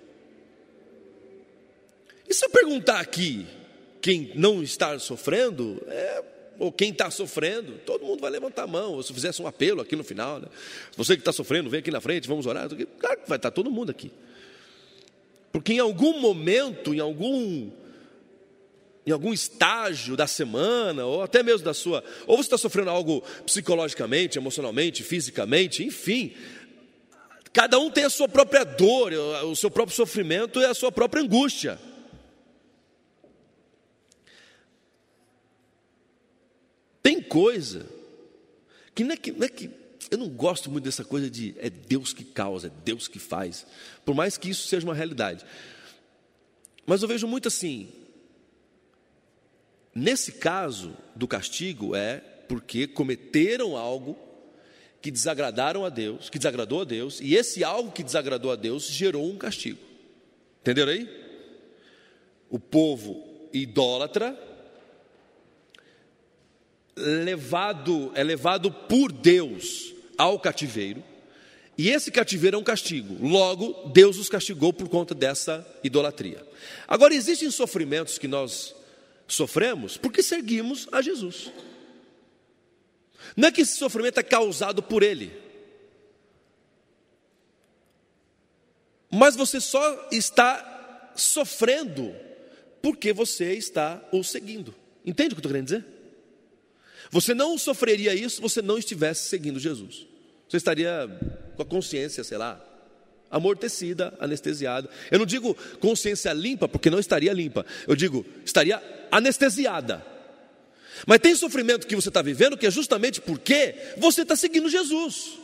E se eu perguntar aqui, quem não está sofrendo, é... ou quem está sofrendo, todo mundo vai levantar a mão. Ou se eu fizesse um apelo aqui no final, né? Você que está sofrendo, vem aqui na frente, vamos orar. Claro que vai estar todo mundo aqui. Porque em algum momento, em algum, em algum estágio da semana, ou até mesmo da sua, ou você está sofrendo algo psicologicamente, emocionalmente, fisicamente, enfim, cada um tem a sua própria dor, o seu próprio sofrimento e a sua própria angústia. Tem coisa que não é que, não é que eu não gosto muito dessa coisa de é Deus que causa, é Deus que faz, por mais que isso seja uma realidade. Mas eu vejo muito assim, nesse caso do castigo é porque cometeram algo que desagradaram a Deus, que desagradou a Deus, e esse algo que desagradou a Deus gerou um castigo. Entenderam aí? O povo idólatra levado, é levado por Deus ao cativeiro, e esse cativeiro é um castigo. Logo, Deus os castigou por conta dessa idolatria. Agora, existem sofrimentos que nós sofremos porque seguimos a Jesus. Não é que esse sofrimento é causado por Ele, mas você só está sofrendo porque você está o seguindo. Entende o que eu estou querendo dizer? Você não sofreria isso se você não estivesse seguindo Jesus. Você estaria com a consciência, sei lá, amortecida, anestesiada. Eu não digo consciência limpa, porque não estaria limpa. Eu digo, estaria anestesiada. Mas tem sofrimento que você está vivendo que é justamente porque você está seguindo Jesus.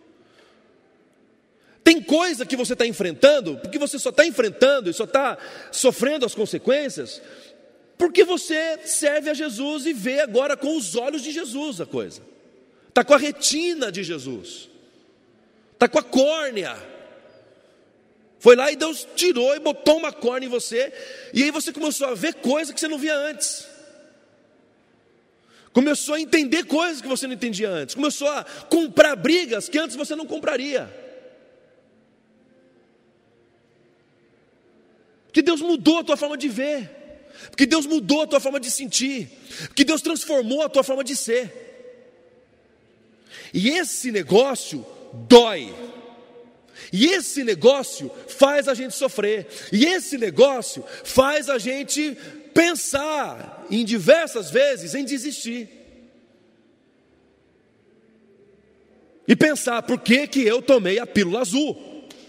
Tem coisa que você está enfrentando, porque você só está enfrentando e só está sofrendo as consequências, Porque você serve a Jesus e vê agora com os olhos de Jesus a coisa. Está com a retina de Jesus. Está com a córnea. Foi lá e Deus tirou e botou uma córnea em você. E aí você começou a ver coisas que você não via antes. Começou a entender coisas que você não entendia antes. Começou a comprar brigas que antes você não compraria. Porque Deus mudou a tua forma de ver. Porque Deus mudou a tua forma de sentir. Porque Deus transformou a tua forma de ser. E esse negócio dói. E esse negócio faz a gente sofrer. E esse negócio faz a gente pensar em diversas vezes em desistir. E pensar, por que que eu tomei a pílula azul?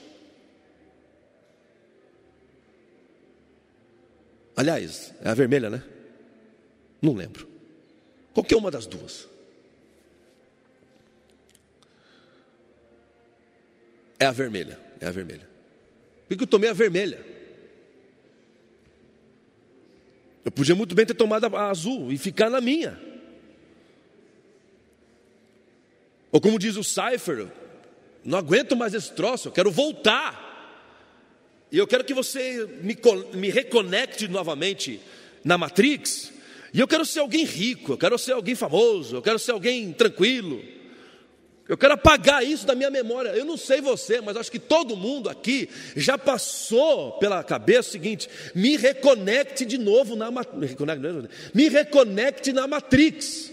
Aliás, é a vermelha, né? Não lembro. Qualquer uma das duas. É a vermelha, é a vermelha. Por que eu tomei a vermelha? Eu podia muito bem ter tomado a azul e ficar na minha. Ou como diz o Cypher, não aguento mais esse troço, eu quero voltar. E eu quero que você me, me reconecte novamente na Matrix. E eu quero ser alguém rico, eu quero ser alguém famoso, eu quero ser alguém tranquilo. Eu quero apagar isso da minha memória. Eu não sei você, mas acho que todo mundo aqui já passou pela cabeça o seguinte: me reconecte de novo na me reconecte, me reconecte na Matrix.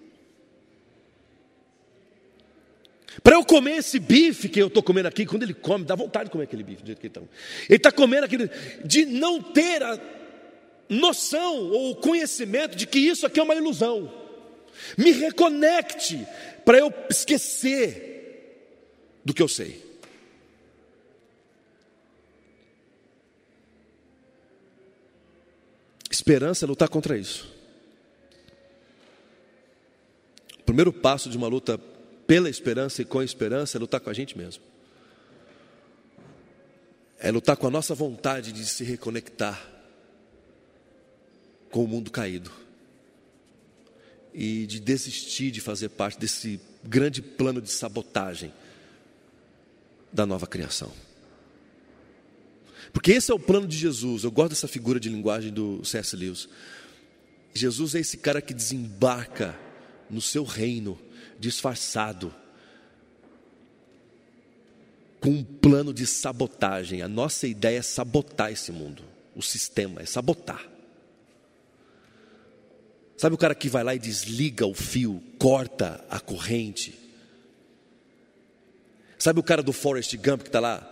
Para eu comer esse bife que eu estou comendo aqui, quando ele come, dá vontade de comer aquele bife do jeito que ele está. Ele está comendo aquele, de não ter a noção ou o conhecimento de que isso aqui é uma ilusão. Me reconecte para eu esquecer do que eu sei. Esperança é lutar contra isso. O primeiro passo de uma luta pela esperança e com a esperança é lutar com a gente mesmo. É lutar com a nossa vontade de se reconectar com o mundo caído. E de desistir de fazer parte desse grande plano de sabotagem da nova criação. Porque esse é o plano de Jesus. Eu gosto dessa figura de linguagem do C S Lewis. Jesus é esse cara que desembarca no seu reino disfarçado, com um plano de sabotagem. A nossa ideia é sabotar esse mundo. O sistema é sabotar. Sabe o cara que vai lá e desliga o fio, corta a corrente? Sabe o cara do Forrest Gump que está lá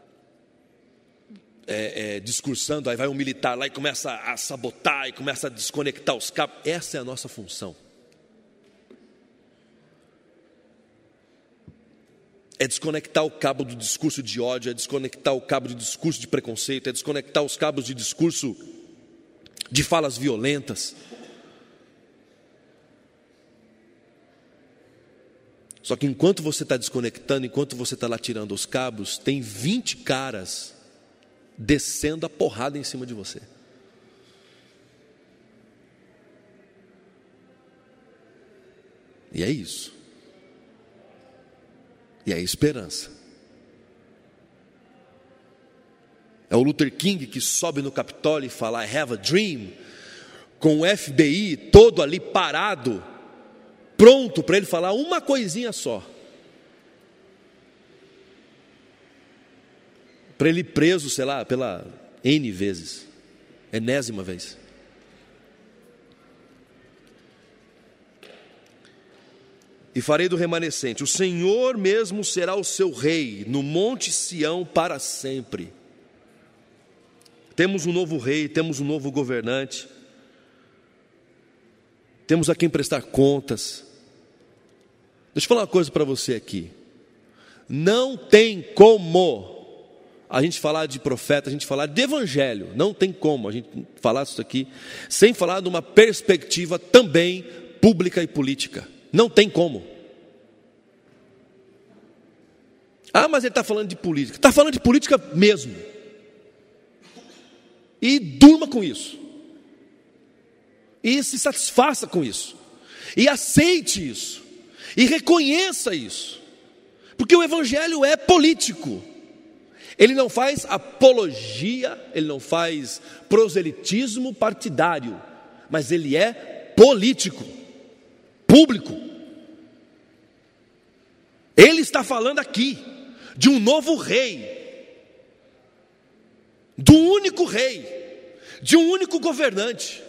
é, é, discursando, aí vai um militar lá e começa a sabotar e começa a desconectar os cabos? Essa é a nossa função. É desconectar o cabo do discurso de ódio, é desconectar o cabo de discurso de preconceito, é desconectar os cabos de discurso de falas violentas. Só que enquanto você está desconectando, enquanto você está lá tirando os cabos, tem vinte caras descendo a porrada em cima de você. E é isso. E é a esperança. É o Luther King que sobe no Capitólio e fala: I have a dream, com o F B I todo ali parado, pronto para ele falar uma coisinha só, para ele ir preso, sei lá, pela N vezes, enésima vez. E farei do remanescente, o Senhor mesmo será o seu rei, no monte Sião para sempre. Temos um novo rei, temos um novo governante, temos a quem prestar contas. Deixa eu falar uma coisa para você aqui. Não tem como a gente falar de profeta, a gente falar de evangelho. Não tem como a gente falar isso aqui sem falar de uma perspectiva também pública e política. Não tem como. Ah, mas ele está falando de política. Está falando de política mesmo. E durma com isso. E se satisfaça com isso. E aceite isso. E reconheça isso. Porque o evangelho é político. Ele não faz apologia, ele não faz proselitismo partidário, mas ele é político, público. Ele está falando aqui de um novo rei, do único rei, de um único governante.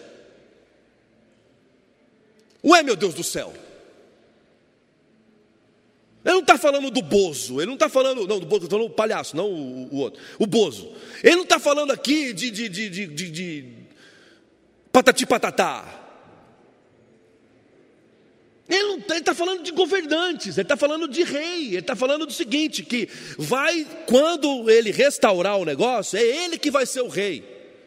Ué, meu Deus do céu. Ele não está falando do Bozo, ele não está falando, não, do Bozo, está falando do palhaço, não o, o outro, o Bozo. Ele não está falando aqui de, de, de, de, de, de patati patatá. Ele está falando de governantes, ele está falando de rei, ele está falando do seguinte, que vai, quando ele restaurar o negócio, é ele que vai ser o rei.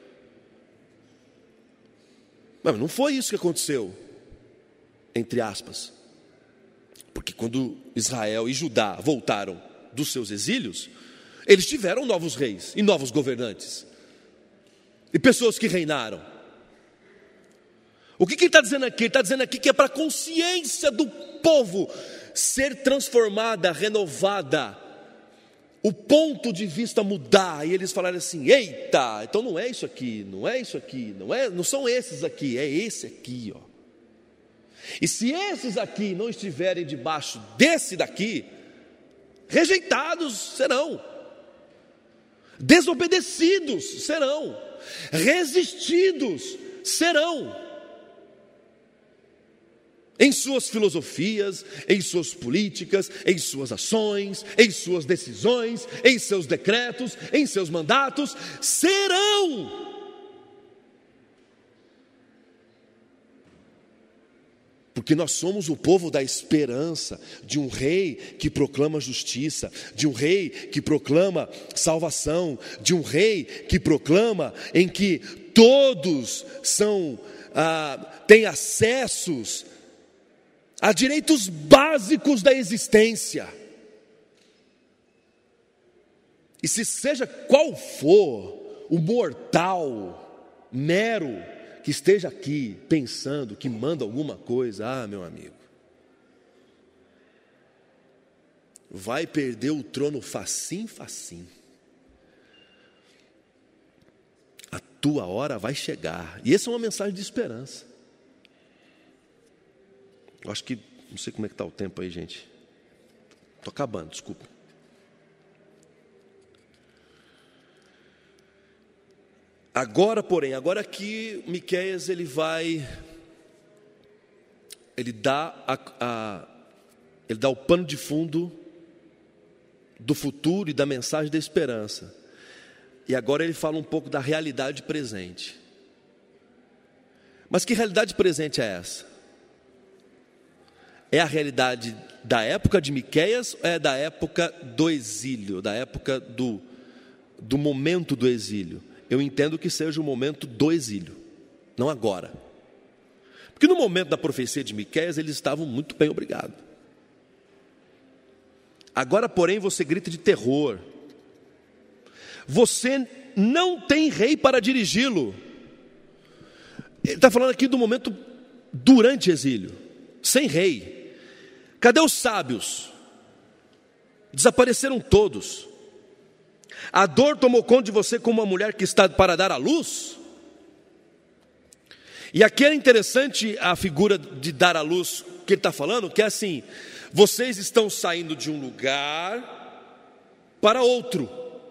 Mas não foi isso que aconteceu, entre aspas. Porque quando Israel e Judá voltaram dos seus exílios, eles tiveram novos reis e novos governantes. E pessoas que reinaram. O que, que ele está dizendo aqui? Ele está dizendo aqui que é para a consciência do povo ser transformada, renovada. O ponto de vista mudar. E eles falaram assim, eita, então não é isso aqui, não é isso aqui, não, é, não são esses aqui, é esse aqui, ó. E se esses aqui não estiverem debaixo desse daqui, rejeitados serão, desobedecidos serão, resistidos serão, em suas filosofias, em suas políticas, em suas ações, em suas decisões, em seus decretos, em seus mandatos, serão. Porque nós somos o povo da esperança, de um rei que proclama justiça, de um rei que proclama salvação, de um rei que proclama em que todos são, ah, têm acessos a direitos básicos da existência. E se seja qual for o mortal, mero, que esteja aqui pensando que manda alguma coisa, ah, meu amigo, vai perder o trono facinho, facinho. A tua hora vai chegar. E essa é uma mensagem de esperança. Eu acho que, não sei como é que está o tempo aí, gente. Estou acabando, desculpa. Agora, porém, agora aqui, Miqueias, ele vai, ele dá, a, a, ele dá o pano de fundo do futuro e da mensagem da esperança. E agora ele fala um pouco da realidade presente. Mas que realidade presente é essa? É a realidade da época de Miqueias ou é da época do exílio, da época do, do momento do exílio? Eu entendo que seja o momento do exílio, não agora. Porque no momento da profecia de Miqueias, eles estavam muito bem, obrigado. Agora, porém, você grita de terror. Você não tem rei para dirigi-lo. Ele está falando aqui do momento durante o exílio, sem rei. Cadê os sábios? Desapareceram todos. A dor tomou conta de você como uma mulher que está para dar à luz? E aqui é interessante a figura de dar à luz que ele está falando, que é assim, vocês estão saindo de um lugar para outro.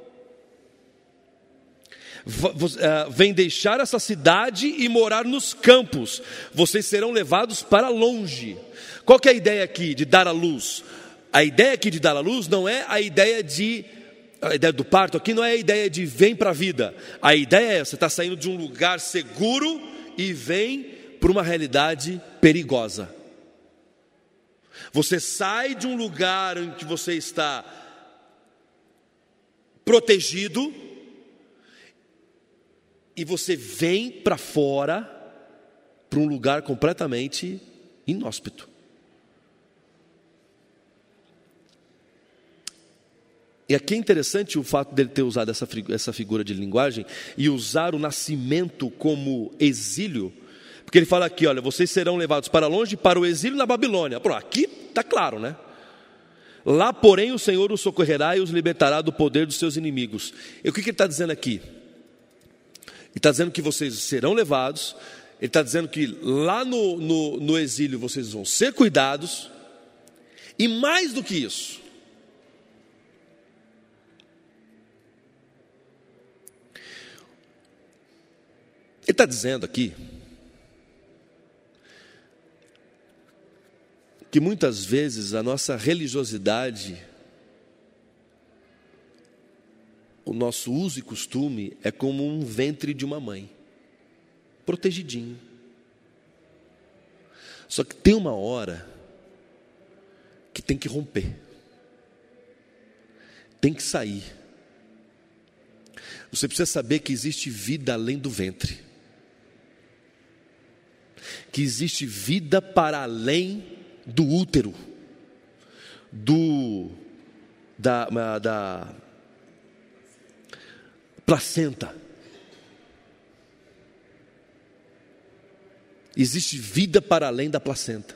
Vem deixar essa cidade e morar nos campos. Vocês serão levados para longe. Qual que é a ideia aqui de dar à luz? A ideia aqui de dar à luz não é a ideia de A ideia do parto aqui não é a ideia de vem para a vida. A ideia é, você está saindo de um lugar seguro e vem para uma realidade perigosa. Você sai de um lugar em que você está protegido e você vem para fora, para um lugar completamente inóspito. E aqui é interessante o fato dele ter usado essa, essa figura de linguagem e usar o nascimento como exílio, Porque ele fala aqui, olha, vocês serão levados para longe, para o exílio na Babilônia. Pronto, aqui está claro, né? Lá, porém, o Senhor os socorrerá e os libertará do poder dos seus inimigos. E o que, que ele está dizendo aqui? Ele está dizendo que vocês serão levados. Ele está dizendo que lá no, no, no exílio vocês vão ser cuidados. E mais do que isso, ele está dizendo aqui que muitas vezes a nossa religiosidade, o nosso uso e costume é como um ventre de uma mãe, protegidinho. Só que tem uma hora que tem que romper, tem que sair. Você precisa saber que existe vida além do ventre, que existe vida para além do útero, do da, da placenta. Existe vida para além da placenta.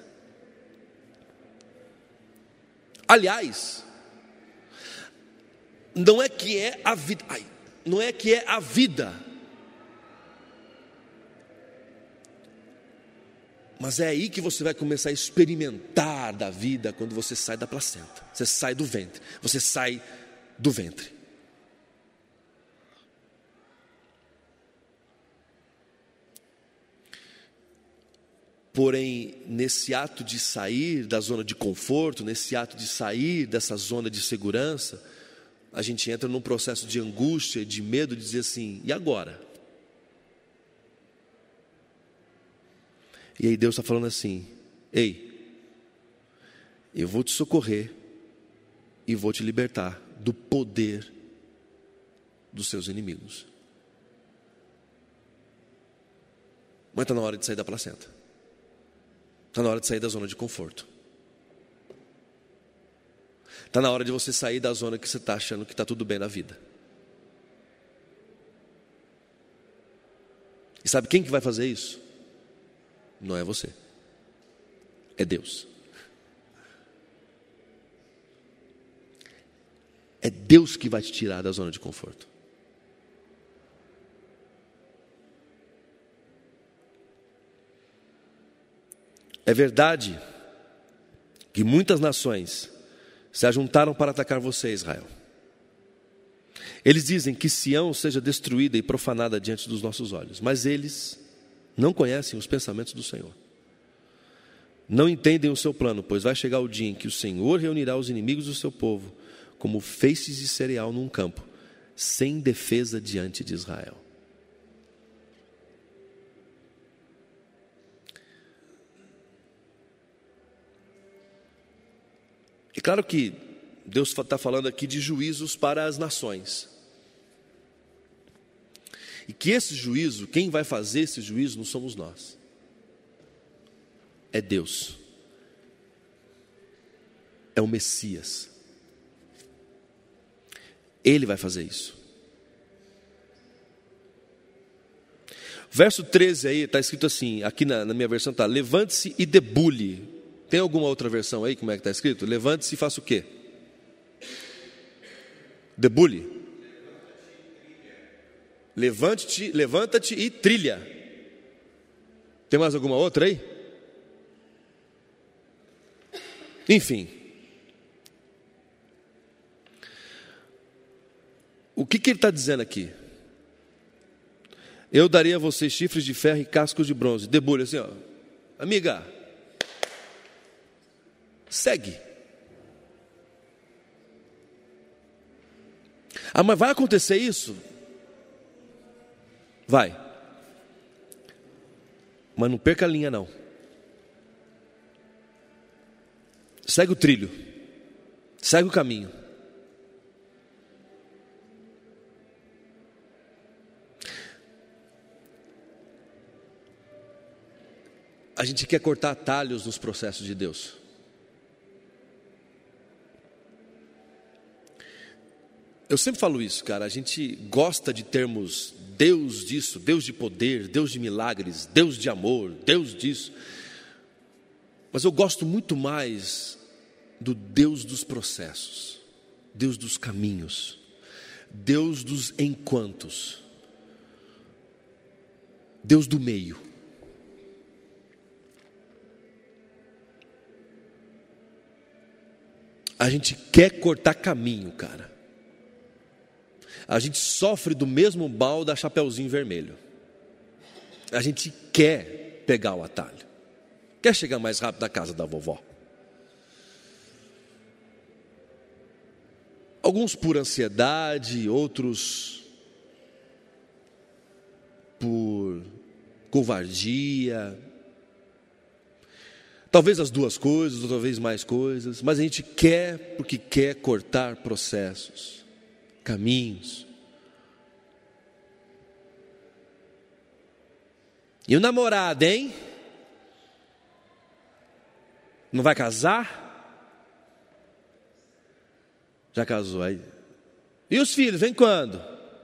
Aliás, não é que é a vida, ai, não é que é a vida, mas é aí que você vai começar a experimentar da vida quando você sai da placenta. Você sai do ventre. Você sai do ventre. Porém, nesse ato de sair da zona de conforto, nesse ato de sair dessa zona de segurança, a gente entra num processo de angústia, de medo, de dizer assim, e agora? E aí Deus está falando assim, ei, eu vou te socorrer e vou te libertar do poder dos seus inimigos. Mas está na hora de sair da placenta. Está na hora de sair da zona de conforto. Está na hora de você sair da zona que você está achando que está tudo bem na vida. E sabe quem que vai fazer isso? Não é você, é Deus. É Deus que vai te tirar da zona de conforto. É verdade que muitas nações se ajuntaram para atacar você, Israel. Eles dizem que Sião seja destruída e profanada diante dos nossos olhos, mas eles não conhecem os pensamentos do Senhor. Não entendem o seu plano, pois vai chegar o dia em que o Senhor reunirá os inimigos do seu povo, como feixes de cereal num campo, sem defesa diante de Israel. É claro que Deus está falando aqui de juízos para as nações. E que esse juízo, quem vai fazer esse juízo não somos nós. É Deus. É o Messias. Ele vai fazer isso. Verso treze aí, está escrito assim, aqui na, na minha versão está, levante-se e debulhe. Tem alguma outra versão aí, como é que está escrito? Levante-se e faça o quê? Debulhe. Levante-te, levanta-te e trilha. Tem mais alguma outra aí? Enfim. O que, que ele está dizendo aqui? Eu daria a vocês chifres de ferro e cascos de bronze. Debulha assim, ó. Amiga, segue. Ah, mas vai acontecer isso? Vai. Mas não perca a linha não. Segue o trilho. Segue o caminho. A gente quer cortar atalhos nos processos de Deus. eu sempre falo isso, cara, a gente gosta de termos Deus disso, Deus de poder, Deus de milagres, Deus de amor, Deus disso. Mas eu gosto muito mais do Deus dos processos, Deus dos caminhos, Deus dos enquantos, Deus do meio. A gente quer cortar caminho, cara. A gente sofre do mesmo mal da Chapeuzinho Vermelho. A gente quer pegar o atalho. Quer chegar mais rápido da casa da vovó. Alguns por ansiedade, outros por covardia. Talvez as duas coisas, ou talvez mais coisas. Mas a gente quer porque quer cortar processos, caminhos. E o namorado, hein? Não vai casar? Já casou aí. E os filhos, vem quando?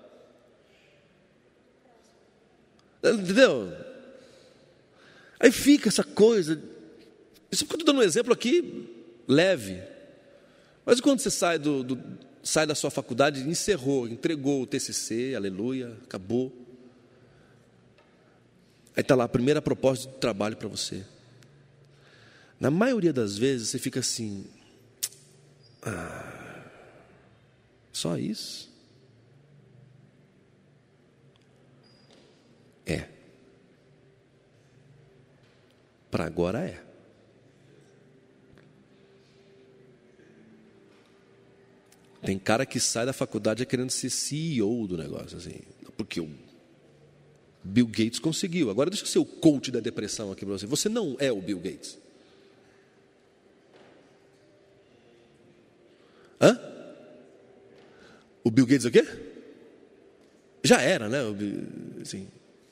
Entendeu? Aí fica essa coisa. Isso porque eu estou dando um exemplo aqui leve. Mas quando você sai, do, do, sai da sua faculdade, encerrou, entregou o T C C, aleluia, acabou. Aí está lá a primeira proposta de trabalho para você. Na maioria das vezes você fica assim, ah, só isso? É. Para agora é. Tem cara que sai da faculdade querendo ser C E O do negócio, assim, porque o Bill Gates conseguiu. Agora deixa eu ser o coach da depressão aqui para você. Você não é o Bill Gates. Hã? O Bill Gates é o quê? Já era, né? Assim.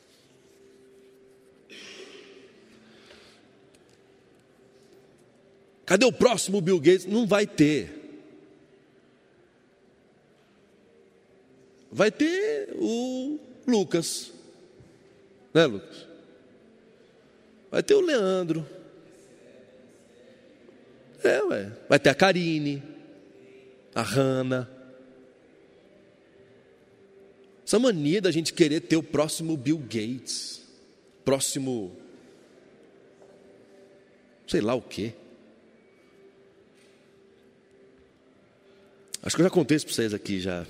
Cadê o próximo Bill Gates? Não vai ter. Vai ter o Lucas. Né, Lucas? Vai ter o Leandro. É, ué. Vai ter a Karine, a Hanna. Essa mania da gente querer ter o próximo Bill Gates, próximo, sei lá o quê. Acho que eu já contei isso para vocês aqui já.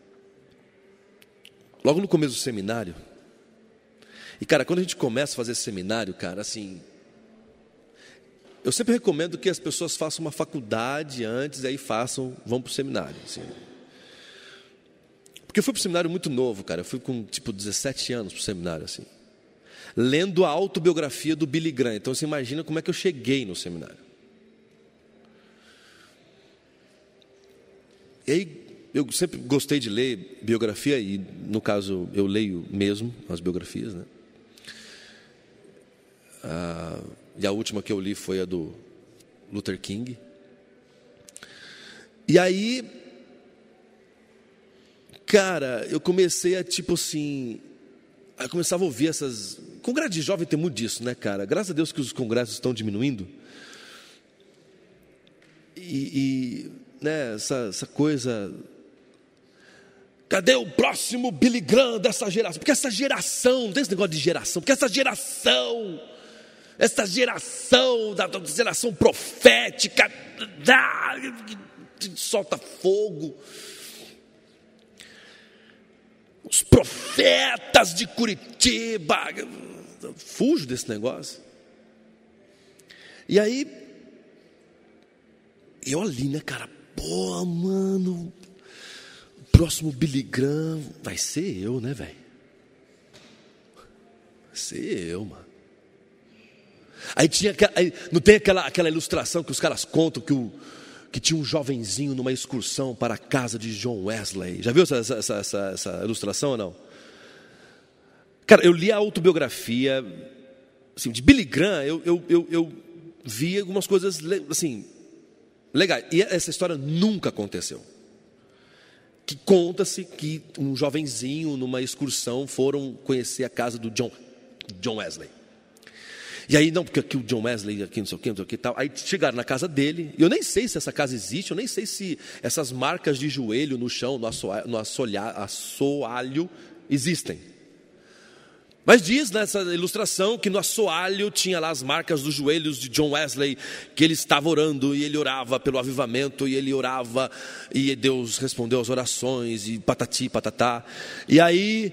Logo no começo do seminário. E cara, quando a gente começa a fazer esse seminário, cara, assim, eu sempre recomendo que as pessoas façam uma faculdade antes, e aí façam, vão para o seminário, assim. Porque eu fui para o seminário muito novo, cara. Eu fui com tipo dezessete anos para o seminário, assim, lendo a autobiografia do Billy Graham. Então você imagina como é que eu cheguei no seminário. E aí eu sempre gostei de ler biografia, e no caso eu leio mesmo as biografias, né? Ah, e a última que eu li foi a do Luther King. E aí, cara, eu comecei a tipo assim, eu começava a ouvir essas. Congresso de jovem tem muito disso, né, cara? Graças a Deus que os congressos estão diminuindo. E, e né, essa, essa coisa. Cadê o próximo Billy Graham dessa geração? Porque essa geração, não tem esse negócio de geração, porque essa geração, essa geração, da, da geração profética, da, solta fogo. Os profetas de Curitiba, eu fujo desse negócio. E aí, eu ali, né, cara, pô, mano, o próximo Billy Graham vai ser eu, né, velho? Vai ser eu, mano. Aí tinha, aí, não tem aquela, aquela ilustração que os caras contam que, o, que tinha um jovenzinho numa excursão para a casa de John Wesley. Já viu essa, essa, essa, essa ilustração ou não? Cara, eu li a autobiografia assim, de Billy Graham, eu, eu, eu, eu vi algumas coisas assim, legais. E essa história nunca aconteceu. que conta-se que um jovenzinho numa excursão foram conhecer a casa do John, John Wesley. E aí, não, porque aqui o John Wesley, aqui não sei o que, não sei o que tal. Aí chegaram na casa dele, e eu nem sei se essa casa existe, eu nem sei se essas marcas de joelho no chão, no, assoalho, no assolha, assoalho, existem. Mas diz nessa ilustração que no assoalho tinha lá as marcas dos joelhos de John Wesley, que ele estava orando, e ele orava pelo avivamento, e ele orava, e Deus respondeu às orações, e patati, patatá. E aí,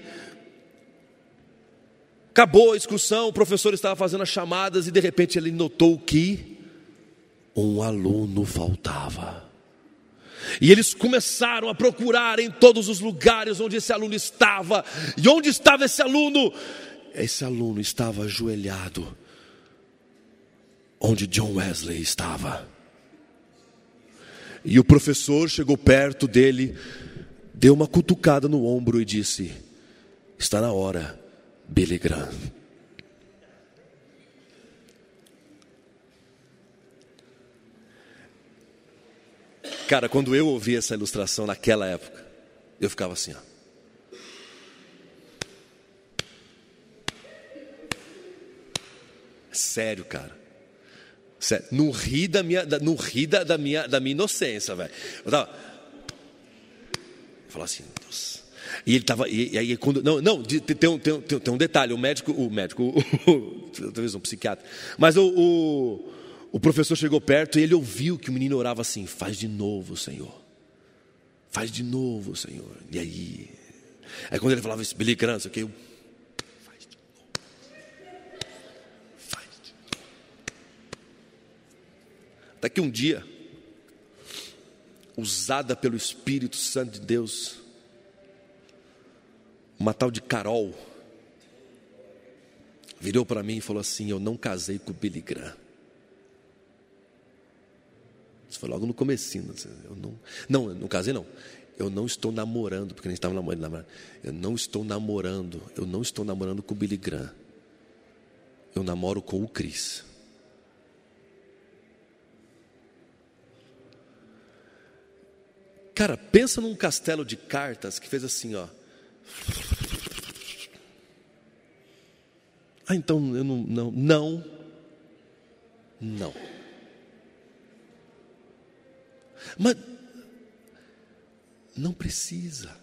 acabou a excursão, o professor estava fazendo as chamadas, e de repente ele notou que um aluno faltava. E eles começaram a procurar em todos os lugares onde esse aluno estava. E onde estava esse aluno? Esse aluno estava ajoelhado onde John Wesley estava. E o professor chegou perto dele, deu uma cutucada no ombro e disse: está na hora, Billy Graham. Cara, quando eu ouvi essa ilustração naquela época, eu ficava assim, ó. Sério, cara. Sério. Não ri da minha, não ri da, da minha, da minha inocência, velho. Eu tava, eu falava assim, Deus. E ele tava, e, e aí quando, não, não, tem um, tem um, tem um detalhe, o médico, o médico, o, o, talvez um psiquiatra, mas o, o, o professor chegou perto e ele ouviu que o menino orava assim: faz de novo, Senhor. Faz de novo, Senhor. E aí, aí quando ele falava isso, Billy Graham, ok, eu, até que um dia, usada pelo Espírito Santo de Deus, uma tal de Carol virou para mim e falou assim: eu não casei com o Billy Graham. Isso foi logo no comecinho. Eu não, não, eu não casei não. Eu não estou namorando, porque a gente estava namorando, namorando. Eu não estou namorando, eu não estou namorando com o Billy Graham. Eu namoro com o Chris. Cara, pensa num castelo de cartas que fez assim, ó. Ah, então eu não, não, não, não. Mas não precisa.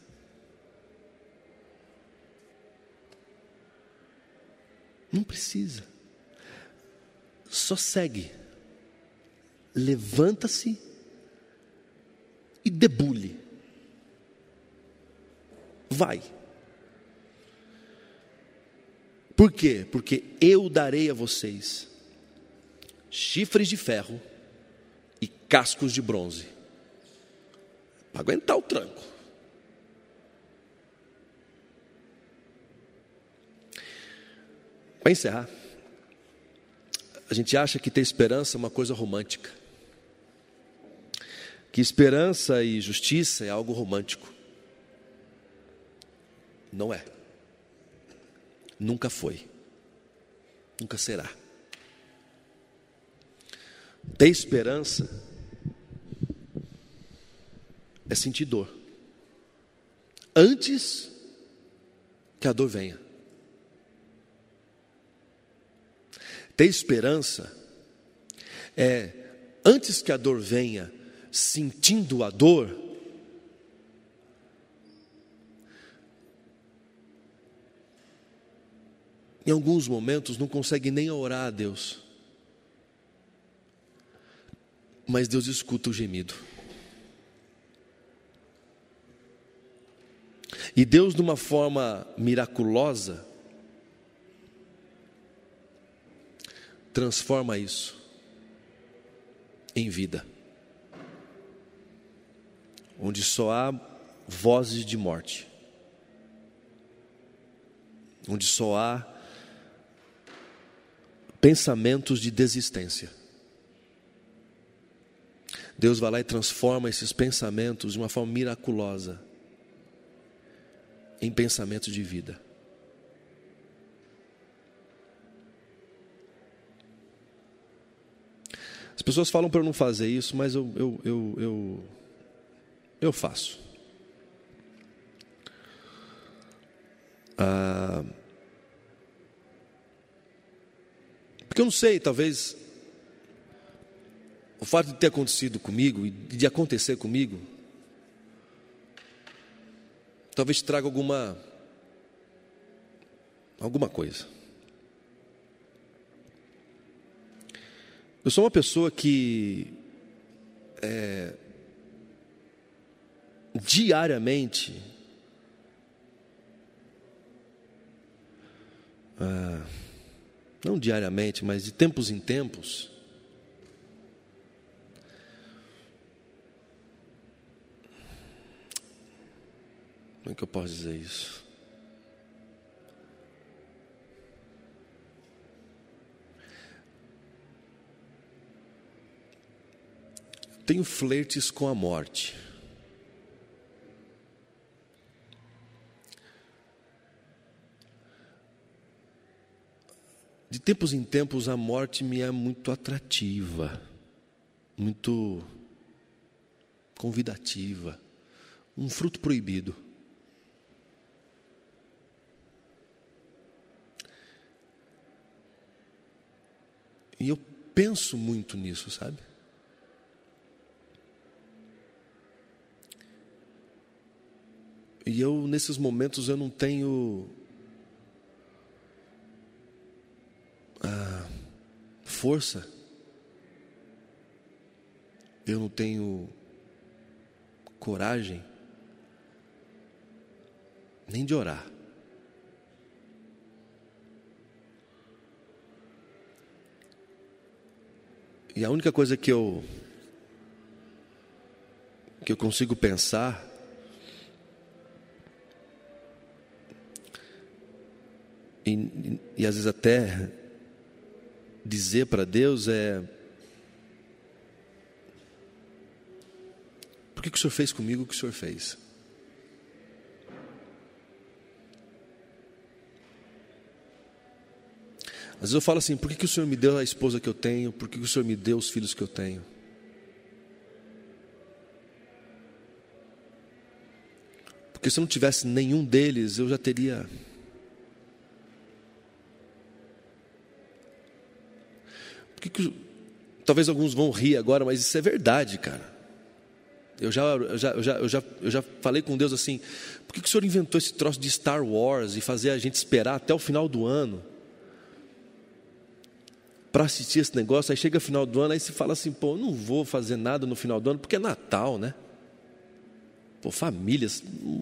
Não precisa. Só segue. Levanta-se e debule. Vai. Por quê? Porque eu darei a vocês chifres de ferro e cascos de bronze para aguentar o tranco. Para encerrar, a gente acha que ter esperança é uma coisa romântica, que esperança e justiça é algo romântico. Não é. Nunca foi. Nunca será. Ter esperança é sentir dor antes que a dor venha. Ter esperança é, antes que a dor venha, sentindo a dor, em alguns momentos não consegue nem orar a Deus, mas Deus escuta o gemido. E Deus, de uma forma miraculosa, transforma isso em vida, onde só há vozes de morte, onde só há pensamentos de desistência. Deus vai lá e transforma esses pensamentos de uma forma miraculosa em pensamentos de vida. As pessoas falam para eu não fazer isso, mas eu, eu, eu, eu, eu faço. Ah, porque eu não sei, talvez o fato de ter acontecido comigo e de acontecer comigo, talvez traga alguma alguma coisa. Eu sou uma pessoa que é, diariamente ah, não diariamente, mas de tempos em tempos, como é que eu posso dizer isso? Tenho flertes com a morte. De tempos em tempos a morte me é muito atrativa, muito convidativa, um fruto proibido. E eu penso muito nisso, sabe? E eu, nesses momentos, eu não tenho a força, eu não tenho coragem, nem de orar. E a única coisa que eu que eu consigo pensar e, e, e às vezes até dizer para Deus é: por que que o Senhor fez comigo o que o Senhor fez? Às vezes eu falo assim: por que que o Senhor me deu a esposa que eu tenho? Por que que o Senhor me deu os filhos que eu tenho? Porque se eu não tivesse nenhum deles, eu já teria... Por que que... Talvez alguns vão rir agora, mas isso é verdade, cara. Eu já, eu já, eu já, eu já, eu já falei com Deus assim: por que que o Senhor inventou esse troço de Star Wars e fazer a gente esperar até o final do ano para assistir esse negócio? Aí chega o final do ano, aí se fala assim: pô, eu não vou fazer nada no final do ano porque é Natal, né? Pô, famílias.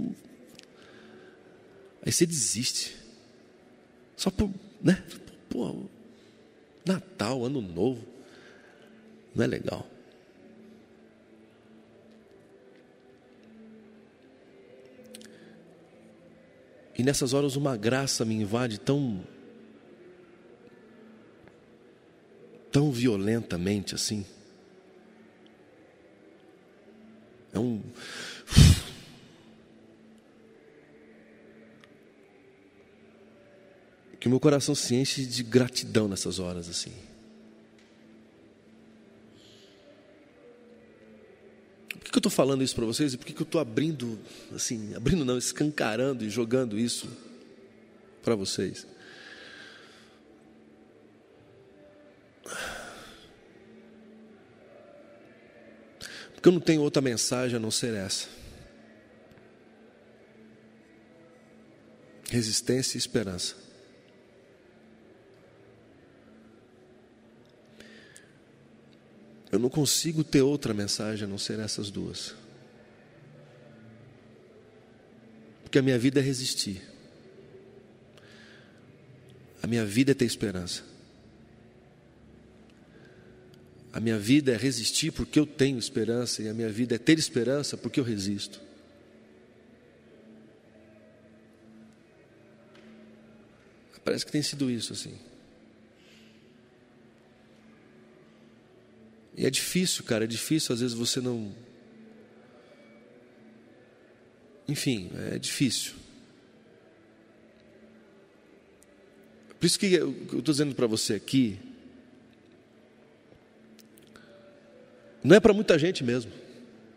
Aí você desiste. Só por, né? Pô, Natal, Ano Novo. Não é legal. E nessas horas uma graça me invade tão tão violentamente assim. É um que o meu coração se enche de gratidão nessas horas assim. Por que que eu estou falando isso para vocês? E por que que eu estou abrindo, assim, abrindo não, escancarando e jogando isso para vocês? Porque eu não tenho outra mensagem a não ser essa: resistência e esperança. Eu não consigo ter outra mensagem a não ser essas duas. Porque a minha vida é resistir. A minha vida é ter esperança. A minha vida é resistir porque eu tenho esperança. E a minha vida é ter esperança porque eu resisto. Parece que tem sido isso assim. E é difícil, cara, é difícil às vezes você não... Enfim, é difícil. Por isso que eu estou dizendo para você aqui, não é para muita gente mesmo.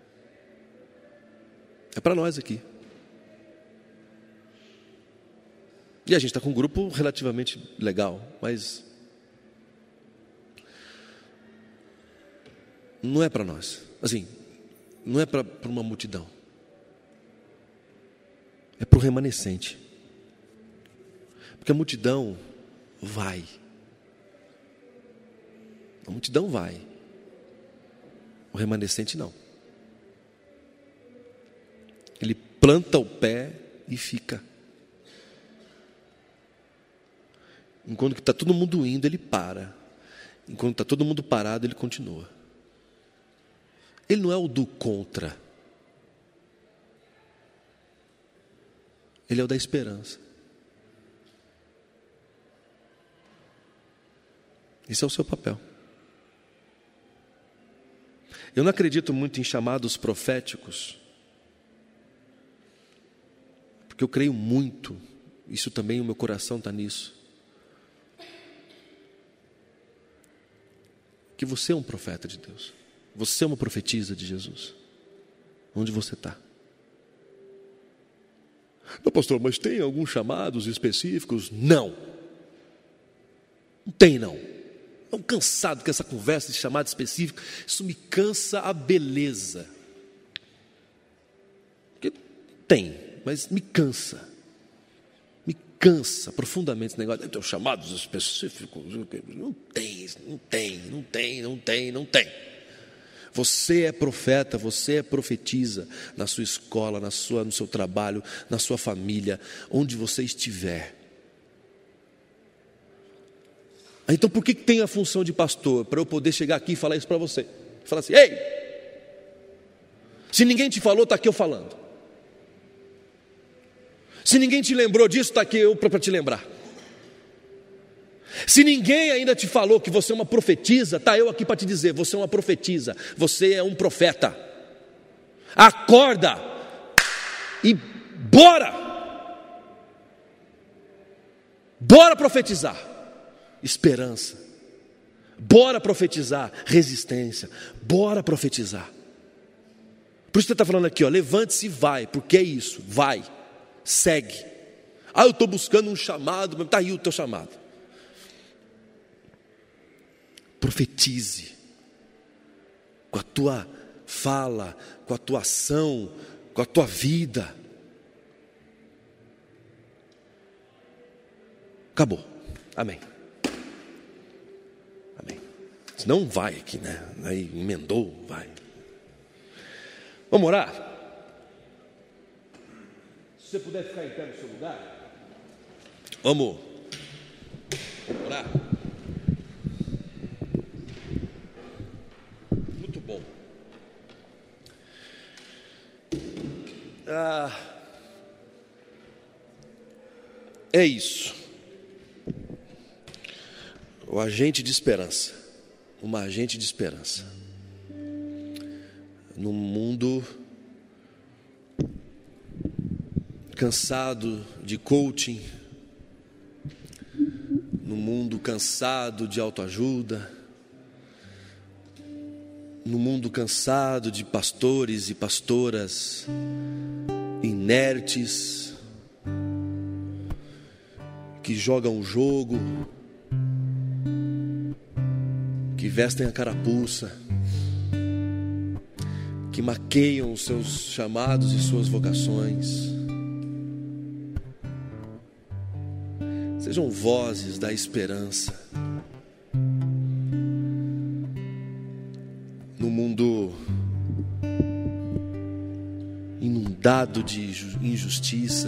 É para nós aqui. E a gente está com um grupo relativamente legal, mas não é para nós. Assim, não é para uma multidão. É para o remanescente. Porque a multidão vai. A multidão vai. O remanescente não. Ele planta o pé e fica. Enquanto está todo mundo indo, ele para. Enquanto está todo mundo parado, ele continua. Ele não é o do contra. Ele é o da esperança. Esse é o seu papel. Eu não acredito muito em chamados proféticos, porque eu creio muito, isso também, o meu coração está nisso, que você é um profeta de Deus, você é uma profetisa de Jesus, onde você está. Não, pastor, mas tem alguns chamados específicos? Não, não tem não. Estou cansado com essa conversa de chamado específico. Isso me cansa a beleza. Porque tem, mas me cansa. Me cansa profundamente esse negócio. Tem chamados específicos. Não tem, não tem, não tem, não tem, não tem. Você é profeta, você é profetisa na sua escola, na sua, no seu trabalho, na sua família, onde você estiver. Então por que tem a função de pastor? Para eu poder chegar aqui e falar isso para você. Falar assim, ei, se ninguém te falou, está aqui eu falando. Se ninguém te lembrou disso, está aqui eu para te lembrar. Se ninguém ainda te falou que você é uma profetisa, está eu aqui para te dizer, você é uma profetisa, você é um profeta. Acorda e bora! Bora profetizar. Esperança, bora profetizar, resistência, bora profetizar. Por isso que você está falando aqui, ó, levante-se e vai, porque é isso, vai, segue. Ah, eu estou buscando um chamado, está aí o teu chamado. Profetize, com a tua fala, com a tua ação, com a tua vida. Acabou, amém. Não vai aqui, né? Aí emendou, vai. Vamos orar? Se você puder ficar em pé no seu lugar, vamos orar. Muito bom. Ah, é isso. O agente de esperança. Uma agente de esperança. Num mundo cansado de coaching, num mundo cansado de autoajuda, num mundo cansado de pastores e pastoras inertes, que jogam o jogo, que vestem a carapuça, que maqueiam os seus chamados e suas vocações. Sejam vozes da esperança. No mundo inundado de injustiça,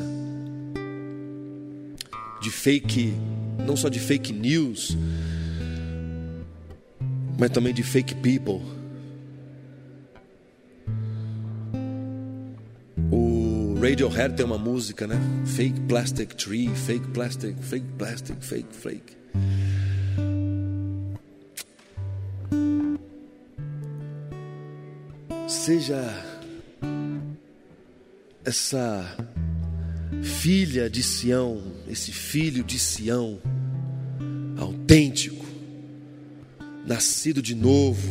de fake, não só de fake news, mas também de fake people. O Radiohead tem uma música, né? Fake plastic tree, fake plastic, fake plastic, fake, fake. Seja essa filha de Sião, esse filho de Sião, autêntico, nascido de novo,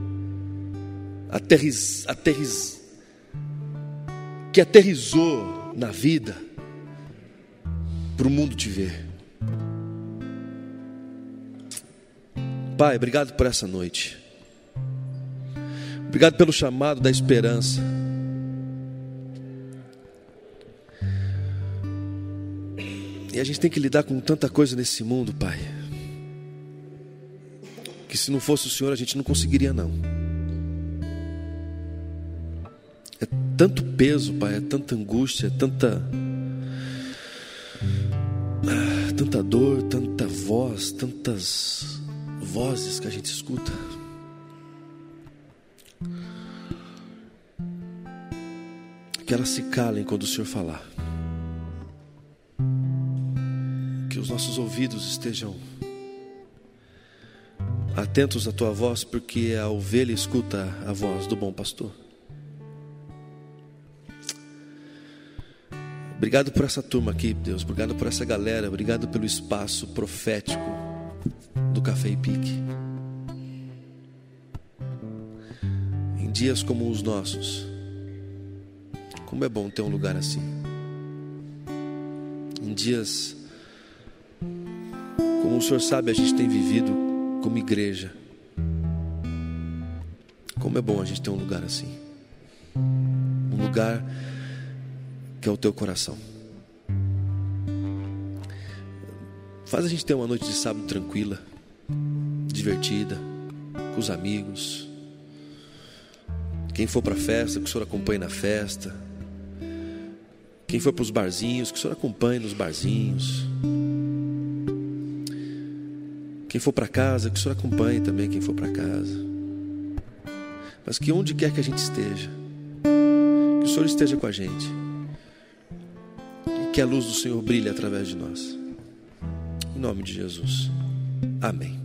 aterriz, aterriz, que aterrizou na vida, para o mundo te ver. Pai, obrigado por essa noite. Obrigado pelo chamado da esperança. E a gente tem que lidar com tanta coisa nesse mundo, Pai, que se não fosse o Senhor a gente não conseguiria não. É tanto peso, Pai, é tanta angústia, é tanta ah, tanta dor, tanta voz, tantas vozes que a gente escuta. Que elas se calem quando o Senhor falar. Que os nossos ouvidos estejam atentos à tua voz, porque a ovelha escuta a voz do bom pastor. Obrigado por essa turma aqui, Deus. Obrigado por essa galera. Obrigado pelo espaço profético do Café e Pique. Em dias como os nossos, como é bom ter um lugar assim. Em dias como o Senhor sabe a gente tem vivido como igreja, como é bom a gente ter um lugar assim. Um lugar que é o teu coração. Faz a gente ter uma noite de sábado tranquila, divertida, com os amigos. Quem for para a festa, que o Senhor acompanhe na festa. Quem for para os barzinhos, que o Senhor acompanhe nos barzinhos. Quem for para casa, que o Senhor acompanhe também quem for para casa. Mas que onde quer que a gente esteja, que o Senhor esteja com a gente. E que a luz do Senhor brilhe através de nós. Em nome de Jesus. Amém.